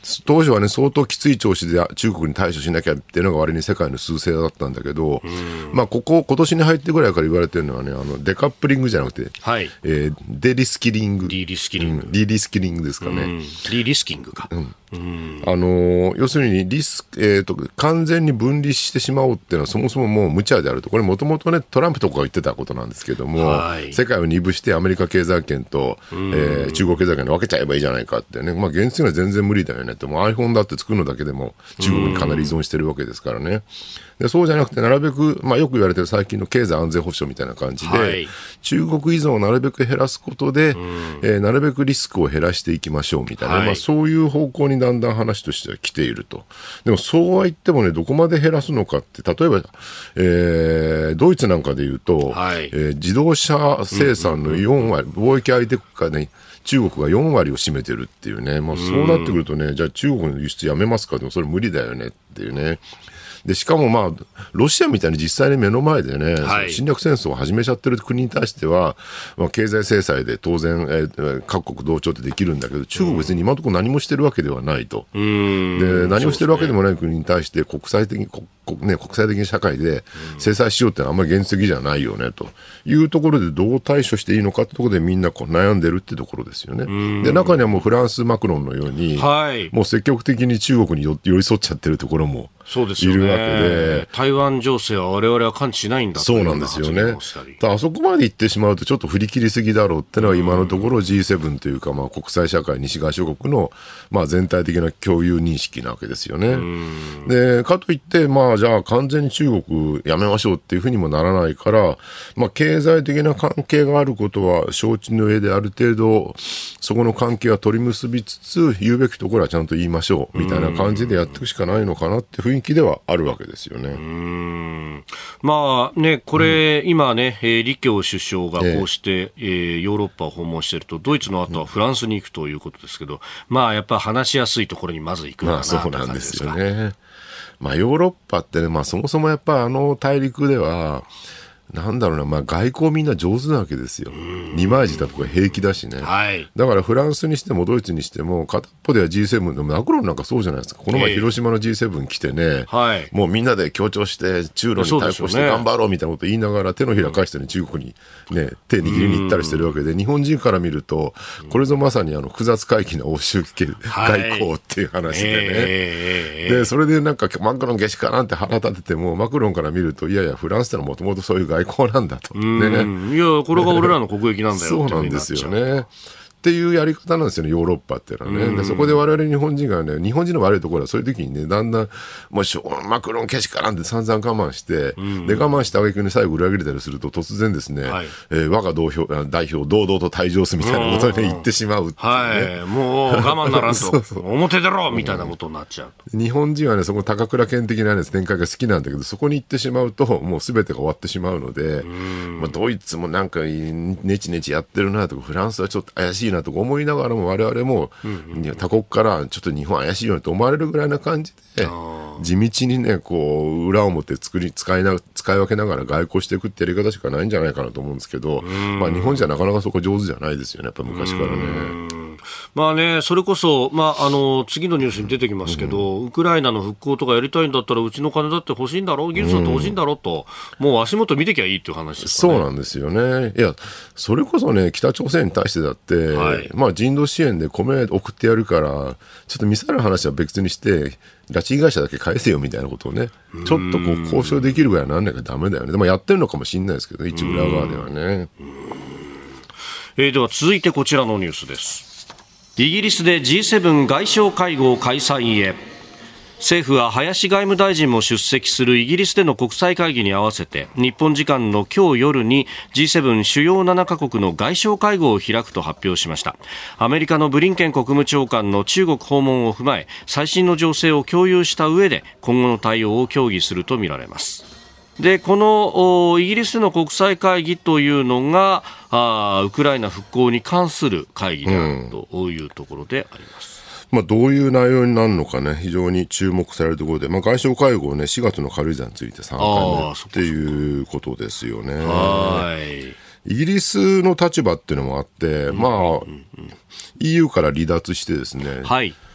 当時はね、相当きつい調子で中国に対処しなきゃっていうのが割に世界の趨勢だったんだけど、まあ、今年に入ってぐらいから言われてるのはね、デカップリングじゃなくて、 はい、 デリスキリング。 リリスキリング。 リリスキリングですかね。 リリスキングか。 要するに完全に分離してしまおうっていうのはそもそももう無茶であると。これもともとね、トランプとかが言ってたことなんですけども、はい、世界を二分してアメリカ経済圏と、中国経済圏に分けちゃえばいいじゃないかってね。まあ、現実には全然無理だよねって。もう iPhone だって作るのだけでも中国にかなり依存してるわけですからね。でそうじゃなくて、なるべく、まあ、よく言われてる最近の経済安全保障みたいな感じで、はい、中国依存をなるべく減らすことで、なるべくリスクを減らしていきましょうみたいな、はい、まあ、そういう方向にだんだん話としては来ていると。でもそうは言ってもね、どこまで減らすのかって、例えば、ドイツなんかで言うと、はい、自動車生産の4割、貿易相手国がね、中国が4割を占めてるっていうね、まあ、そうなってくるとね、じゃあ中国の輸出やめますか、でもそれ無理だよねっていうね。でしかもまあロシアみたいに実際に目の前でね、はい、侵略戦争を始めちゃってる国に対しては、まあ、経済制裁で当然、各国同調ってできるんだけど、中国別に今のところ何もしてるわけではないと。で何もしてるわけでもない国に対して国際的な社会で制裁しようってのはあんまり現実的じゃないよねというところで、どう対処していいのかってところでみんなこう悩んでるってところですよね。で中にはもうフランスマクロンのように、はい、もう積極的に中国に寄り添っちゃってるところもそうですよね、 いるわけで、 台湾情勢は我々は感知しないんだというような発言をしたり。 そうなんですよね。あそこまで行ってしまうとちょっと振り切りすぎだろうってのは今のところ G7 というか、まあ、国際社会西側諸国の、まあ、全体的な共有認識なわけですよね。でかといって、まあ、じゃあ完全に中国やめましょうっていうふうにもならないから、まあ、経済的な関係があることは承知の上で、ある程度そこの関係は取り結びつつ、言うべきところはちゃんと言いましょうみたいな感じでやっていくしかないのかなって雰囲気ではあるわけですよね。 まあね、これ、今ね、李強首相がこうして、ヨーロッパを訪問していると、ドイツの後はフランスに行くということですけど、まあやっぱ話しやすいところにまず行くのかなという感じですか。 そうなんですよね。まあ、ヨーロッパってね、まあ、そもそもやっぱ大陸ではなんだろうな、まあ、外交みんな上手なわけですよ。二枚舌とか平気だしね、はい、だからフランスにしてもドイツにしても片っぽでは G7 でもマクロンなんかそうじゃないですか。この前広島の G7 来てね、もうみんなで協調して中ロに対抗して頑張ろうみたいなこと言いながら手のひら返してね、中国に、ね、手握りに行ったりしてるわけで、日本人から見るとこれぞまさに複雑回帰な欧州系外交っていう話でね、でそれでなんかマクロン下しかなんて腹立てても、マクロンから見るといやいやフランスってのはもともとそういう外交なんだと、ね、 いやこれが俺らの国益なんだよそうなんですよねっていうやり方なんですよね、ヨーロッパっていうのはね。でそこで我々日本人がね、日本人の悪いところはそういう時にね、だんだんもうマクロンけしからんって散々我慢して、で我慢した挙句に最後裏切れたりすると突然ですね、我が代表堂々と退場すみたいなことで言ってしまうっていうね、 もう我慢ならんと表出ろみたいなことになっちゃう。 日本人はね、そこ高倉健的な、ね、展開が好きなんだけど、そこに行ってしまうともう全てが終わってしまうので、まあ、ドイツもなんかネチネチやってるなとか、フランスはちょっと怪しいなとか思いながらも、我々も他国からちょっと日本怪しいよねと思われるぐらいな感じで地道にね、こう裏表使い分けながら外交していくってやり方しかないんじゃないかなと思うんですけど、まあ、日本じゃなかなかそこ上手じゃないですよね、やっぱ昔からね。 まあね、それこそ、まあ、次のニュースに出てきますけど、ウクライナの復興とかやりたいんだったらうちの金だって欲しいんだろう、技術だって欲しいんだろうと、もう足元見てきゃいいっていう話ですかね。 そうなんですよね。いやそれこそね、北朝鮮に対してだって、まあ、人道支援で米送ってやるからちょっとミサイルの話は別にして拉致被害者だけ返せよみたいなことをね、ちょっとこう交渉できるぐらいなんなきゃダメだよね。でもやってるのかもしれないですけど、一部裏側ではね。 では続いてこちらのニュースです。イギリスで G7 外相会合開催へ。政府は林外務大臣も出席するイギリスでの国際会議に合わせて、日本時間の今日夜に G7 主要7カ国の外相会合を開くと発表しました。アメリカのブリンケン国務長官の中国訪問を踏まえ、最新の情勢を共有した上で今後の対応を協議するとみられます。でこのイギリスでの国際会議というのがウクライナ復興に関する会議であるというところであります。 まあ、どういう内容になるのかね、非常に注目されるところで、まあ、外相会合ね、4月の軽井沢について3回目っていうことですよね。イギリスの立場っていうのもあって、まあEU から離脱してですね、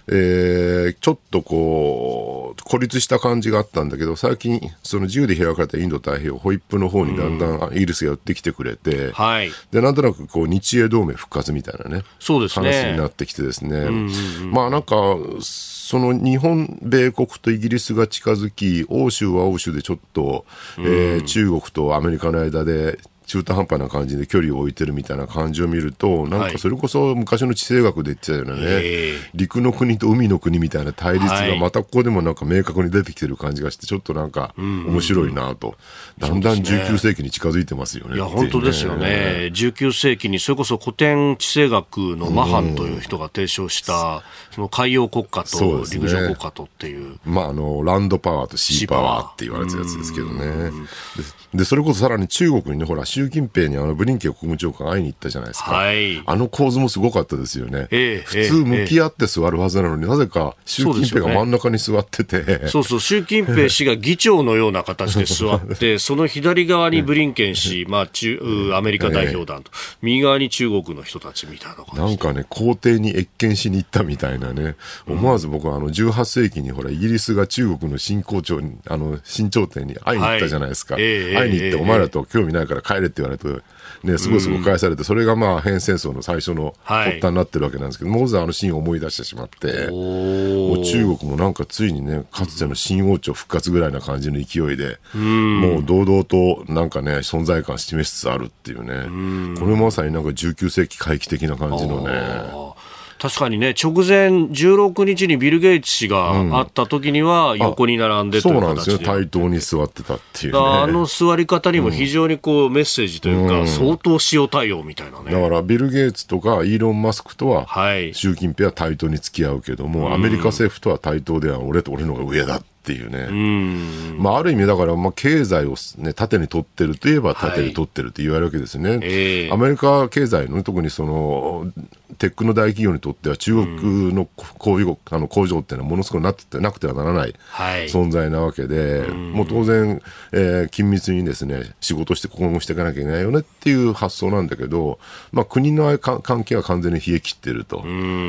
ちょっとこう孤立した感じがあったんだけど、最近その自由で開かれたインド太平洋ホイップの方にだんだんイギリスが寄ってきてくれて、 はい、 でなんとなくこう日英同盟復活みたいなね、 そうですね、 話になってきてですね、まあなんかその日本米国とイギリスが近づき、欧州は欧州でちょっと、中国とアメリカの間で中途半端な感じで距離を置いてるみたいな感じを見ると、なんかそれこそ昔の地政学で言ってたようなね、陸の国と海の国みたいな対立がまたここでもなんか明確に出てきてる感じがして、ちょっとなんか面白いなと、だんだん19世紀に近づいてますよね。 いや本当ですよね。19世紀にそれこそ古典地政学のマハンという人が提唱したその海洋国家と陸上国家とっていう、 まあランドパワーとシーパワーって言われてるやつですけどね。でそれこそさらに中国にね、ほら習近平にブリンケン国務長官会いに行ったじゃないですか、はい、あの構図もすごかったですよね、普通向き合って座るはずなのに、なぜか習近平が真ん中に座ってて、 そうそう、習近平氏が議長のような形で座ってその左側にブリンケン氏、まあ、アメリカ代表団と、右側に中国の人たちみたいな感じで、 なんかね、皇帝に謁見しに行ったみたいなね、思わず僕は18世紀にほらイギリスが中国の新皇朝に新朝廷に会いに行ったじゃないですか、会いに行って、お前らと興味ないから帰れって言われて、ね、すごい返されて、それがまあ変戦争の最初の発端になってるわけなんですけど、もうシーンを思い出してしまって、もう中国もなんかついにね、かつての新王朝復活ぐらいな感じの勢いで、もう堂々となんかね、存在感示しつつあるっていうね、これまさになんか19世紀回帰的な感じのね。 確かにね、直前16日にビル・ゲイツ氏が会った時には横に並んでという形で、 そうなんですよ、対等に座ってたっていうね、 座り方にも非常にこうメッセージというか、相当塩対応みたいなね。 だからビル・ゲイツとかイーロン・マスクとは、習近平は対等に付き合うけども、アメリカ政府とは対等では俺の方が上だっていうね、まあ、ある意味だから、まあ、経済を、ね、縦に取ってるといえば縦に取ってるって言われるわけですね、アメリカ経済の特にそのテックの大企業にとっては中国の工場っていうのはものすごくなくてはならない存在なわけで、もう当然、緊密にですね仕事して今後していかなきゃいけないよねっていう発想なんだけど、まあ、国の関係は完全に冷え切ってると。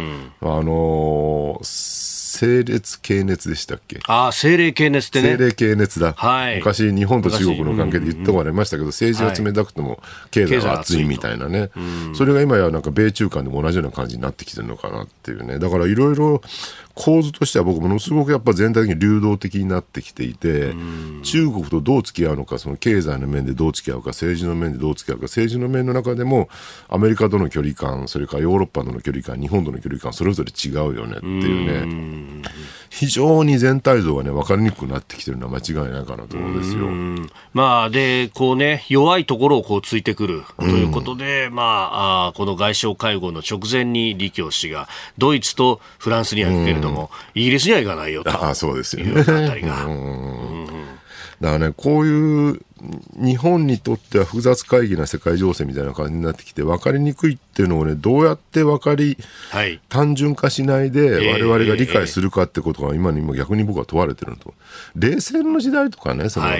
政烈系熱でしたっけ？ 政冷系熱ってね。 政冷系熱だ、昔日本と中国の関係で言ってもらいましたけど、政治は冷たくても経済は熱いみたいなね、それが今やなんか米中間でも同じような感じになってきてるのかなっていうね。だからいろいろ構図としては僕ものすごくやっぱ全体的に流動的になってきていて、中国とどう付き合うのか、その経済の面でどう付き合うか、政治の面でどう付き合うか、政治の面の中でもアメリカとの距離感、それからヨーロッパとの距離感、日本との距離感、それぞれ違うよねっていうね、非常に全体像がね分かりにくくなってきてるのは間違いないかなと思うんですよ。 まあでこうね、弱いところをこうついてくるということで、まあこの外相会合の直前に李強氏がドイツとフランスには行くけれども、イギリスには行かないよとそうですよね。 いうあたりがだからね、こういう日本にとっては複雑会議な世界情勢みたいな感じになってきて分かりにくいっていうのをね、どうやって単純化しないで我々が理解するかってことが今にも逆に僕は問われてると。冷戦の時代とかね、その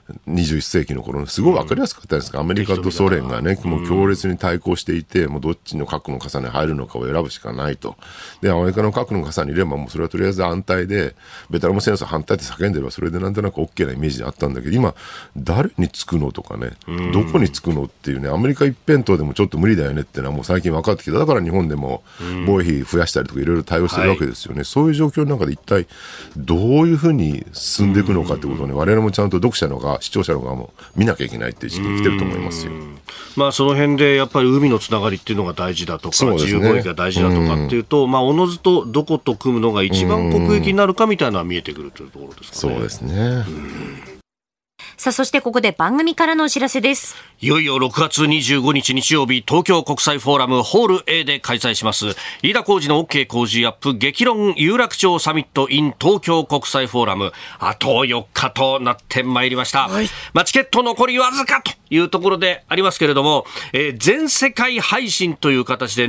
21世紀の頃すごい分かりやすかったんですが、アメリカとソ連がねもう強烈に対抗していて、もうどっちの核の傘に入るのかを選ぶしかないと。でアメリカの核の傘にいればもうそれはとりあえず安泰で、ベトナム戦争反対って叫んでればそれでなんとなく OK なイメージであったんだけど、今誰につくのとかね、どこにつくのっていうね、アメリカ一辺倒でもちょっと無理だよねっていうのはもう最近分かってきた。だから日本でも防衛費増やしたりとかいろいろ対応してるわけですよね、そういう状況の中で一体どういうふうに進んでいくのかってことをね、我々もちゃんと読者の側、視聴者の側も見なきゃいけないっていう時期に来てると思いますよ。 まあその辺でやっぱり海のつながりっていうのが大事だとか、自由貿易が大事だとかっていうと、まあおのずとどこと組むのが一番国益になるかみたいなのは見えてくるというところですかね。 そうですね。 さあ、そしてここで番組からのお知らせです。 いよいよ6月25日日曜日、東京国際フォーラムホール A で開催します飯田浩司の OK 工事アップ激論有楽町サミット in 東京国際フォーラム、あと4日となってまいりました、まあ、チケット残りわずかというところでありますけれども、全世界配信という形でネット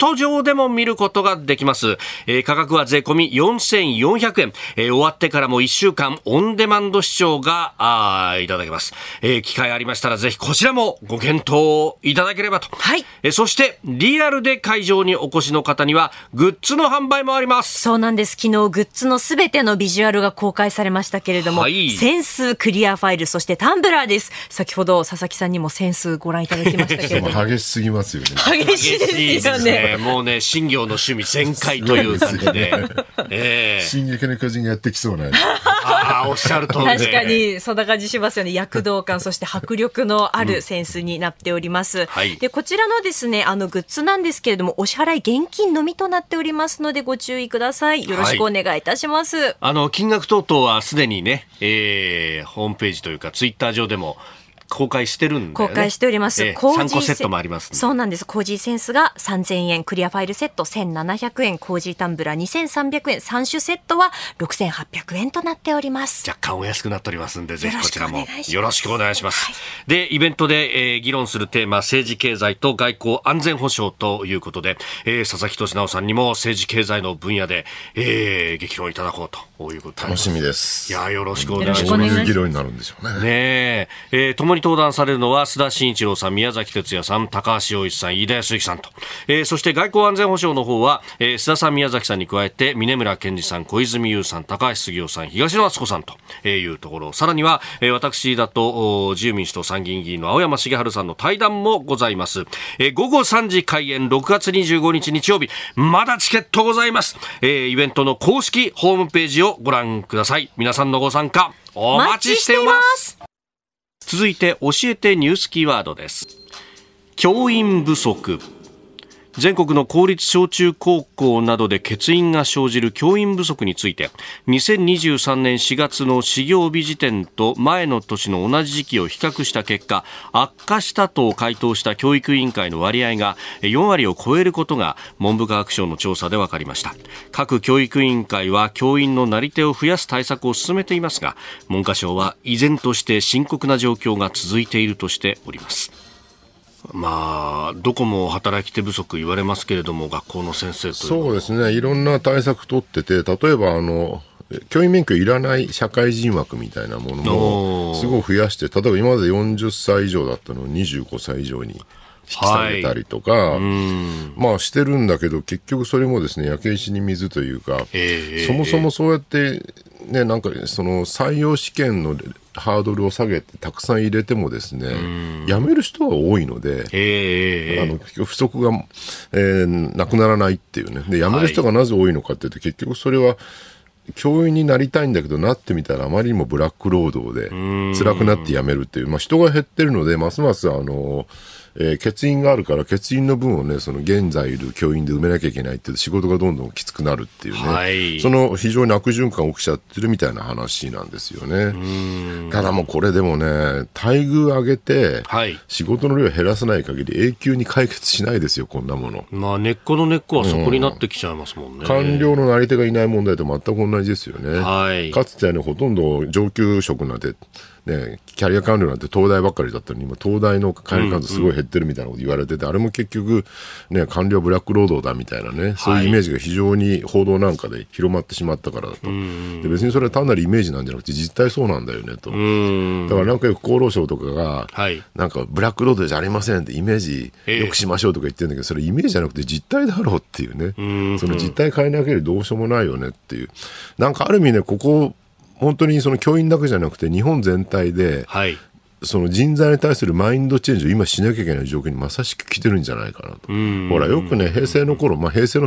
ト上でも見ることができます。価格は税込み4400円、終わってからも1週間オンデマンド視聴がいただけます。機会ありましたらぜひこちらもご検討いただければと。はい。そしてリアルで会場にお越しの方にはグッズの販売もあります。 そうなんです。昨日グッズのすべてのビジュアルが公開されましたけれども、はい、扇子、クリアファイル、そしてタンブラーです。先ほど佐々木さんにも扇子ご覧いただきましたけれども激しすぎますよね。 激しいですよね。 もうね、新業の趣味全開という感じで、 進撃の巨人がやってきそうなおっしゃる通り、 確かにそんな感じしますよね。躍動感、そして迫力のある扇子になっております、はい、でこちらのですね、グッズなんですけれども、お支払い現金のみとなっておりますのでご注意ください。よろしくお願いいたします、 はい、金額等々はすでにね、ホームページというかツイッター上でも公開してるんだよね。 公開しております。 3個セットもあります。 そうなんです。コージーセンスが3000円、クリアファイルセット1700円、コージータンブラー2300円、3種セットは6800円となっております。 若干お安くなっておりますんで、ぜひこちらもよろしくお願いします。はい、で、イベントで、議論するテーマ、政治経済と外交安全保障ということで、佐々木俊直さんにも政治経済の分野で、激論いただこうということで。 楽しみです。 いや、よろしくお願いします。 どういう議論になるんでしょうね。 共に登壇されるのは須田慎一郎さん、宮崎哲也さん、高橋洋一さん、飯田康之さんと、そして外交安全保障の方は、須田さん、宮崎さんに加えて峯村健二さん、小泉悠さん、高橋杉雄さん、東野篤子さんというところ、さらには、私だと自由民主党参議院議員の青山茂春さんの対談もございます。午後3時開演、6月25日日曜日、まだチケットございます。イベントの公式ホームページをご覧ください。皆さんのご参加お待ちしています。続いて教えてニュースキーワードです。教員不足。全国の公立小中高校などで欠員が生じる教員不足について、2023年4月の始業日時点と前の年の同じ時期を比較した結果、悪化したと回答した教育委員会の割合が4割を超えることが文部科学省の調査で分かりました。各教育委員会は教員のなり手を増やす対策を進めていますが、文科省は依然として深刻な状況が続いているとしております。どこも働き手不足言われますけれども、学校の先生というそうですね、いろんな対策取ってて、例えば教員免許いらない社会人枠みたいなものもすごい増やして、例えば今まで40歳以上だったのを25歳以上に引き下げたりとか、してるんだけど、結局それもですね、焼け石に水というか、そもそもそうやってね、なんかその採用試験のハードルを下げてたくさん入れてもですね、辞める人が多いので、不足が、なくならないっていうね。で、辞める人がなぜ多いのかっていうと、結局それは教員になりたいんだけど、なってみたらあまりにもブラック労働で辛くなって辞めるっていう、人が減ってるので、ますます欠員があるから、欠員の分をね、その現在いる教員で埋めなきゃいけないっていう、仕事がどんどんきつくなるっていうね、その非常に悪循環起きちゃってるみたいな話なんですよね。ただもうこれでもね、待遇上げて、仕事の量を減らさない限り永久に解決しないですよ、こんなもの。 根っこの根っこはそこになってきちゃいますもんね。 官僚のなり手がいない問題と全く同じですよね。かつてはね、ほとんど上級職なんてね、キャリア官僚なんて東大ばっかりだったのに、今東大の帰り数すごい減ってるみたいなこと言われてて、あれも結局、ね、官僚ブラック労働だみたいなね、そういうイメージが非常に報道なんかで広まってしまったからだと。で、別にそれは単なるイメージなんじゃなくて実態そうなんだよねと。だからなんかよく厚労省とかが、なんかブラック労働じゃありませんってイメージよくしましょうとか言ってるんだけど、それイメージじゃなくて実態だろうっていうね、その実態変えなければどうしようもないよねっていう。なんかある意味ね、ここ本当にその教員だけじゃなくて日本全体で、その人材に対するマインドチェンジを今しなきゃいけない状況にまさしく来てるんじゃないかなと。ほらよくね、平成の頃、平成の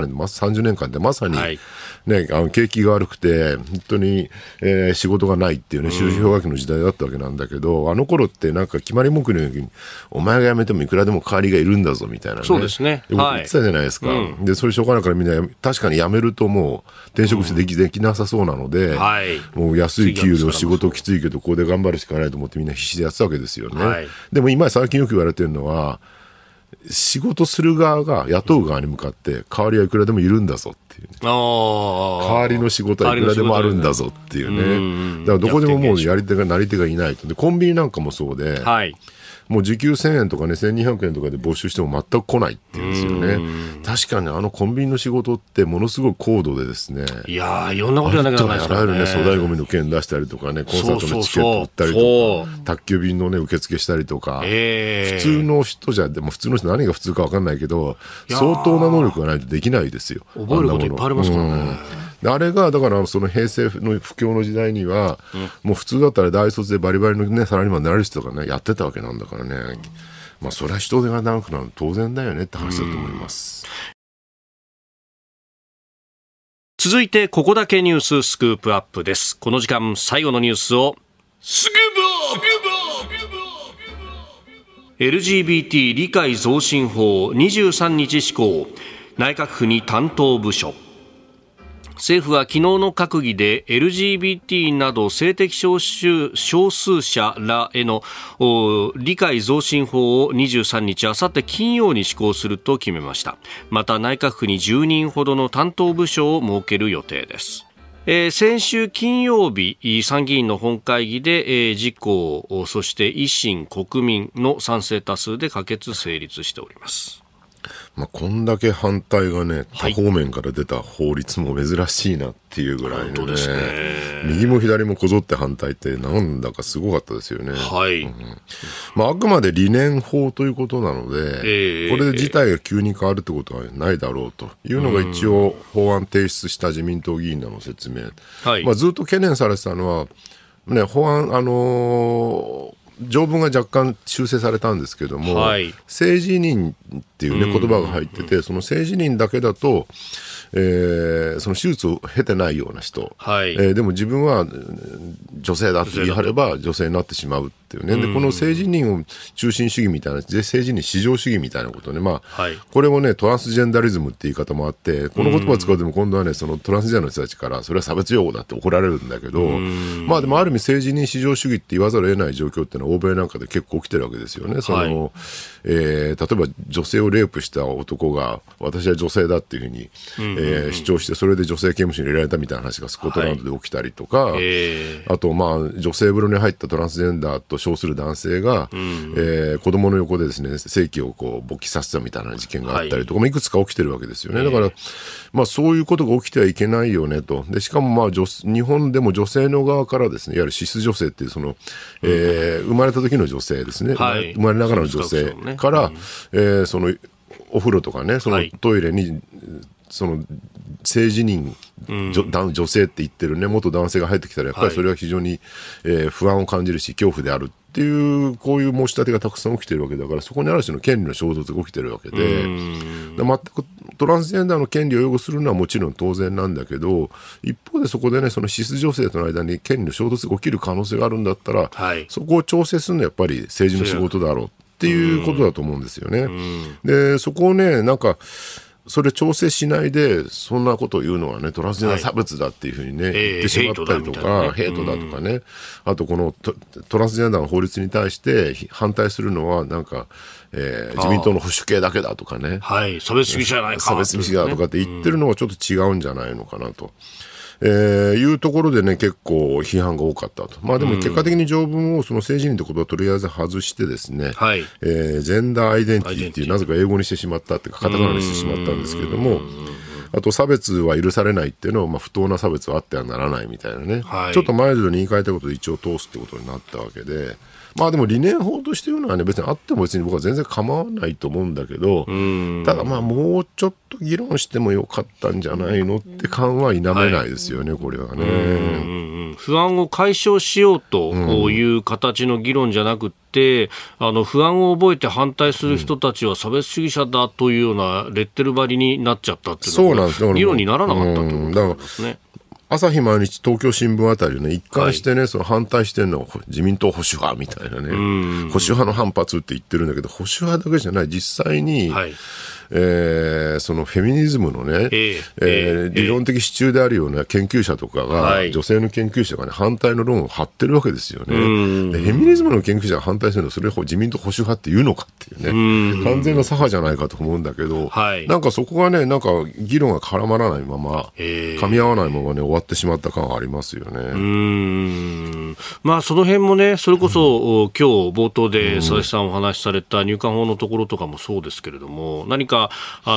30年間でまさに、ね、景気が悪くて本当に、仕事がないっていうね、終止氷河期の時代だったわけなんだけど、あの頃ってなんか決まり文句のようにお前が辞めてもいくらでも代わりがいるんだぞみたいなね、 そうですね、 言ってたじゃないですか。でそれしょうがないからみんな確かに辞めるともう転職してできなさそうなので、もう安い給料仕事きついけどここで頑張るしかないと思ってみんな必死でやってたわけですよね。でも今最近よく言われてるのは、仕事する側が雇う側に向かって代わりはいくらでもいるんだぞっていう、ね、代わりの仕事はいくらでもあるんだぞっていうね。だからどこでももうやり手がなり手がいないと。でコンビニなんかもそうで、 もう時給1000円とかね1200円とかで募集しても全く来ないっていうんですよね。確かにコンビニの仕事ってものすごい高度でですね、 いやいろんなことやらなきゃならないですからね。 あらゆるね粗大ゴミの券出したりとかね、コンサートのチケット売ったりとか、宅急便のね受付したりとか、普通の人じゃでも普通の人何が普通か分かんないけど相当な能力がないとできないですよ。 覚えることいっぱいありますからね。 あれがだからその平成の不況の時代には、もう普通だったら大卒でバリバリの、ね、サラリーマンになれる人とかねやってたわけなんだからね、まあ、それは人手が長くなるの当然だよねって話だと思います。 続いてここだけニューススクープアップです。この時間最後のニュースをスクープアップ。 LGBT 理解増進法23日施行、内閣府に担当部署。政府は昨日の閣議で LGBT など性的少数者らへの理解増進法を23日あさって金曜に施行すると決めました。また内閣府に10人ほどの担当部署を設ける予定です。先週金曜日参議院の本会議で自公そして維新国民の賛成多数で可決成立しております。 まあ、こんだけ反対がね多方面から出た法律も珍しいなっていうぐらいのね、右も左もこぞって反対ってなんだかすごかったですよね。 はい、 まあ、あくまで理念法ということなので、これで事態が急に変わるってことはないだろうというのが一応法案提出した自民党議員らの説明、まあ、ずっと懸念されてたのは、ね、法案条文が若干修正されたんですけども、性自認っていう、ね、言葉が入ってて、その性自認だけだと、その手術を経てないような人、でも自分は女性だと言い張れば女性になってしまうっていうね。でこの性自認を中心主義みたいな、性自認至上主義みたいなことね、まあこれもねトランスジェンダリズムって言い方もあって、この言葉を使うとも今度はねそのトランスジェンダーの人たちからそれは差別用語だって怒られるんだけど、まあでもある意味性自認至上主義って言わざるを得ない状況っていうのは欧米なんかで結構起きてるわけですよね。例えば女性をレイプした男が私は女性だっていうふうに、主張して、それで女性刑務所に入れられたみたいな話がスコットランドで起きたりとか、あとまあ女性風呂に入ったトランスジェンダーと称する男性が、子供の横でですね性器をこう勃起させたみたいな事件があったりとか、いくつか起きてるわけですよね。だから、まあ、そういうことが起きてはいけないよねと。でしかもまあ日本でも女性の側からですね、いわゆるシス女性っていうその、生まれた時の女性ですね、生まれながらの女性から、そのお風呂とかね、そのトイレにその性自認、女性って言ってるね元男性が入ってきたらやっぱりそれは非常に、不安を感じるし恐怖であるっていうこういう申し立てがたくさん起きてるわけだから、そこにある種の権利の衝突が起きてるわけで、全くトランスジェンダーの権利を擁護するのはもちろん当然なんだけど、一方でそこでねそのシス女性との間に権利の衝突が起きる可能性があるんだったら、そこを調整するのはやっぱり政治の仕事だろうっていうことだと思うんですよね。でそこをねなんかそれ調整しないでそんなことを言うのはねトランスジェンダー差別だっていうふうにね、言ってしまったりとか、ヘイトだとかね、あとこのトランスジェンダーの法律に対して反対するのはなんか、自民党の保守系だけだとかね、 差別主義者じゃないか、 差別主義だとかって言ってるのはちょっと違うんじゃないのかなと。いうところでね結構批判が多かったと。まあでも結果的に条文をその性自認ってことはとりあえず外してですね、ジェンダーアイデンティティっていうなぜか英語にしてしまったっていうかカタカナにしてしまったんですけれども、あと差別は許されないっていうのは、まあ、不当な差別はあってはならないみたいなね、ちょっとマイルドに言い換えたことで一応通すってことになったわけで、まあでも理念法としていうのはね別にあっても別に僕は全然構わないと思うんだけど、ただまあもうちょっと議論してもよかったんじゃないのって感は否めないですよね、これはね。 不安を解消しようという形の議論じゃなくて、不安を覚えて反対する人たちは差別主義者だというようなレッテル張りになっちゃったっていうのが議論にならなかったということなんですね。 朝日毎日東京新聞あたりをね一貫してね、その反対してるのは自民党保守派みたいなね、保守派の反発って言ってるんだけど、保守派だけじゃない実際に、そのフェミニズムのね、理論的支柱であるような研究者とかが、女性の研究者がね反対の論を張ってるわけですよね。でフェミニズムの研究者が反対するのそれを自民党保守派っていうのかっていうね、完全な左派じゃないかと思うんだけど、なんかそこがねなんか議論が絡まらないまま、噛み合わないままね終わってしまった感はありますよね。 まあ、その辺もね、それこそ、今日冒頭で佐々木さんお話しされた入管法のところとかもそうですけれども、何か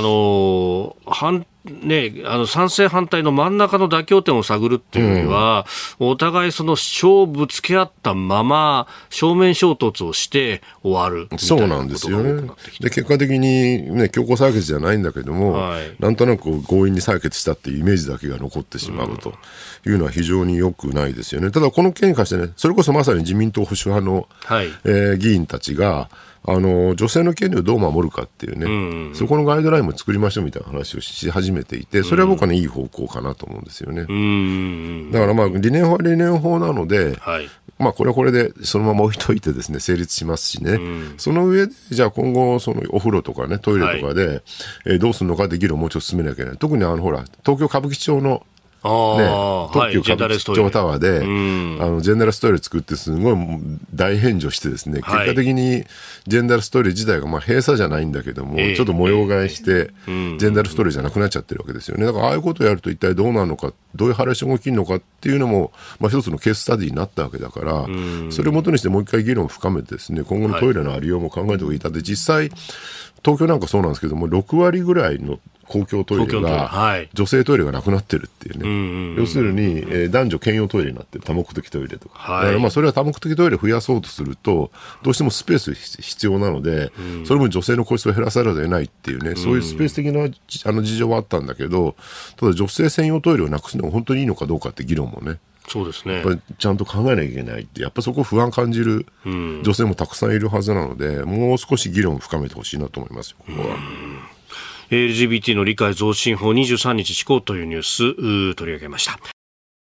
賛成反対の真ん中の妥協点を探るっていうよりは、お互いその主張をぶつけ合ったまま正面衝突をして終わるみたいなことが多くなってきて、 そうなんですよね。で結果的に、ね、強行採決じゃないんだけども、なんとなく強引に採決したっていうイメージだけが残ってしまうというのは非常に良くないですよね。ただこの件に関してね、それこそまさに自民党保守派の、議員たちが女性の権利をどう守るかっていうね、そこのガイドラインも作りましょうみたいな話をし始めていて、それは僕はね、いい方向かなと思うんですよね。だからまあ理念法は理念法なので、まあこれはこれでそのまま置いといてですね、成立しますしね、その上でじゃあ今後そのお風呂とかね、トイレとかで、どうするのかで議論をもうちょっと進めなきゃいけない。特にほら東京歌舞伎町の東急歌舞伎町タワーで、ジェンダーレストイレ作ってすごい大返上してですね、結果的にジェンダーレストイレ自体がまあ閉鎖じゃないんだけども、ちょっと模様替えして、ジェンダーレストイレじゃなくなっちゃってるわけですよね。だからああいうことをやると一体どうなるのか、どういうハレーションが起きるのかっていうのも、まあ、一つのケーススタディになったわけだから、それをもとにしてもう一回議論を深めてですね、今後のトイレのありようも考えた方がいい。だって実際東京なんかそうなんですけども、6割ぐらいの公共トイレが、女性トイレがなくなってるっていうね、要するに、男女兼用トイレになってる、多目的トイレとか、だからまあそれは多目的トイレを増やそうとするとどうしてもスペース必要なので、それも女性の個室を減らさざるを得ないっていうね、そういうスペース的な事情はあったんだけど、ただ女性専用トイレをなくすのが本当にいいのかどうかって議論もね、 そうですね、 やっぱりちゃんと考えなきゃいけないって、やっぱりそこ不安感じる女性もたくさんいるはずなので、もう少し議論を深めてほしいなと思いますよ、ここは。 LGBT の理解増進法23日施行というニュース取り上げました。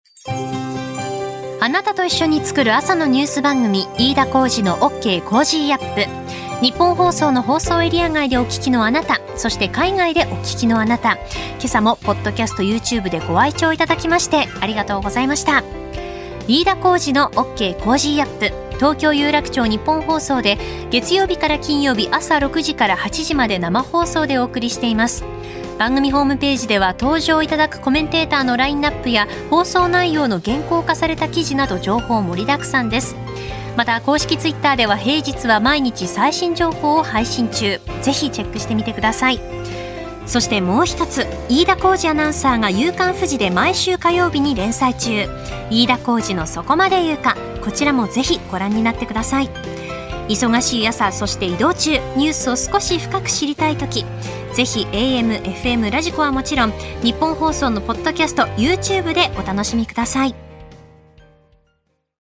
あなたと一緒に作る朝のニュース番組、飯田浩司の OK コージーアップ。日本放送の放送エリア外でお聞きのあなた、そして海外でお聞きのあなた、今朝もポッドキャスト YouTube でご愛聴いただきましてありがとうございました。飯田浩司の OK コージーアップ、東京有楽町日本放送で月曜日から金曜日朝6時から8時まで生放送でお送りしています。番組ホームページでは登場いただくコメンテーターのラインナップや放送内容の原稿化された記事など情報盛りだくさんです。また公式ツイッターでは平日は毎日最新情報を配信中、ぜひチェックしてみてください。そしてもう一つ、飯田浩司アナウンサーが夕刊フジで毎週火曜日に連載中、飯田浩司のそこまで言うか、こちらもぜひご覧になってください。忙しい朝、そして移動中、ニュースを少し深く知りたいとき、ぜひ AM、FM、ラジコはもちろん日本放送のポッドキャスト YouTube でお楽しみください。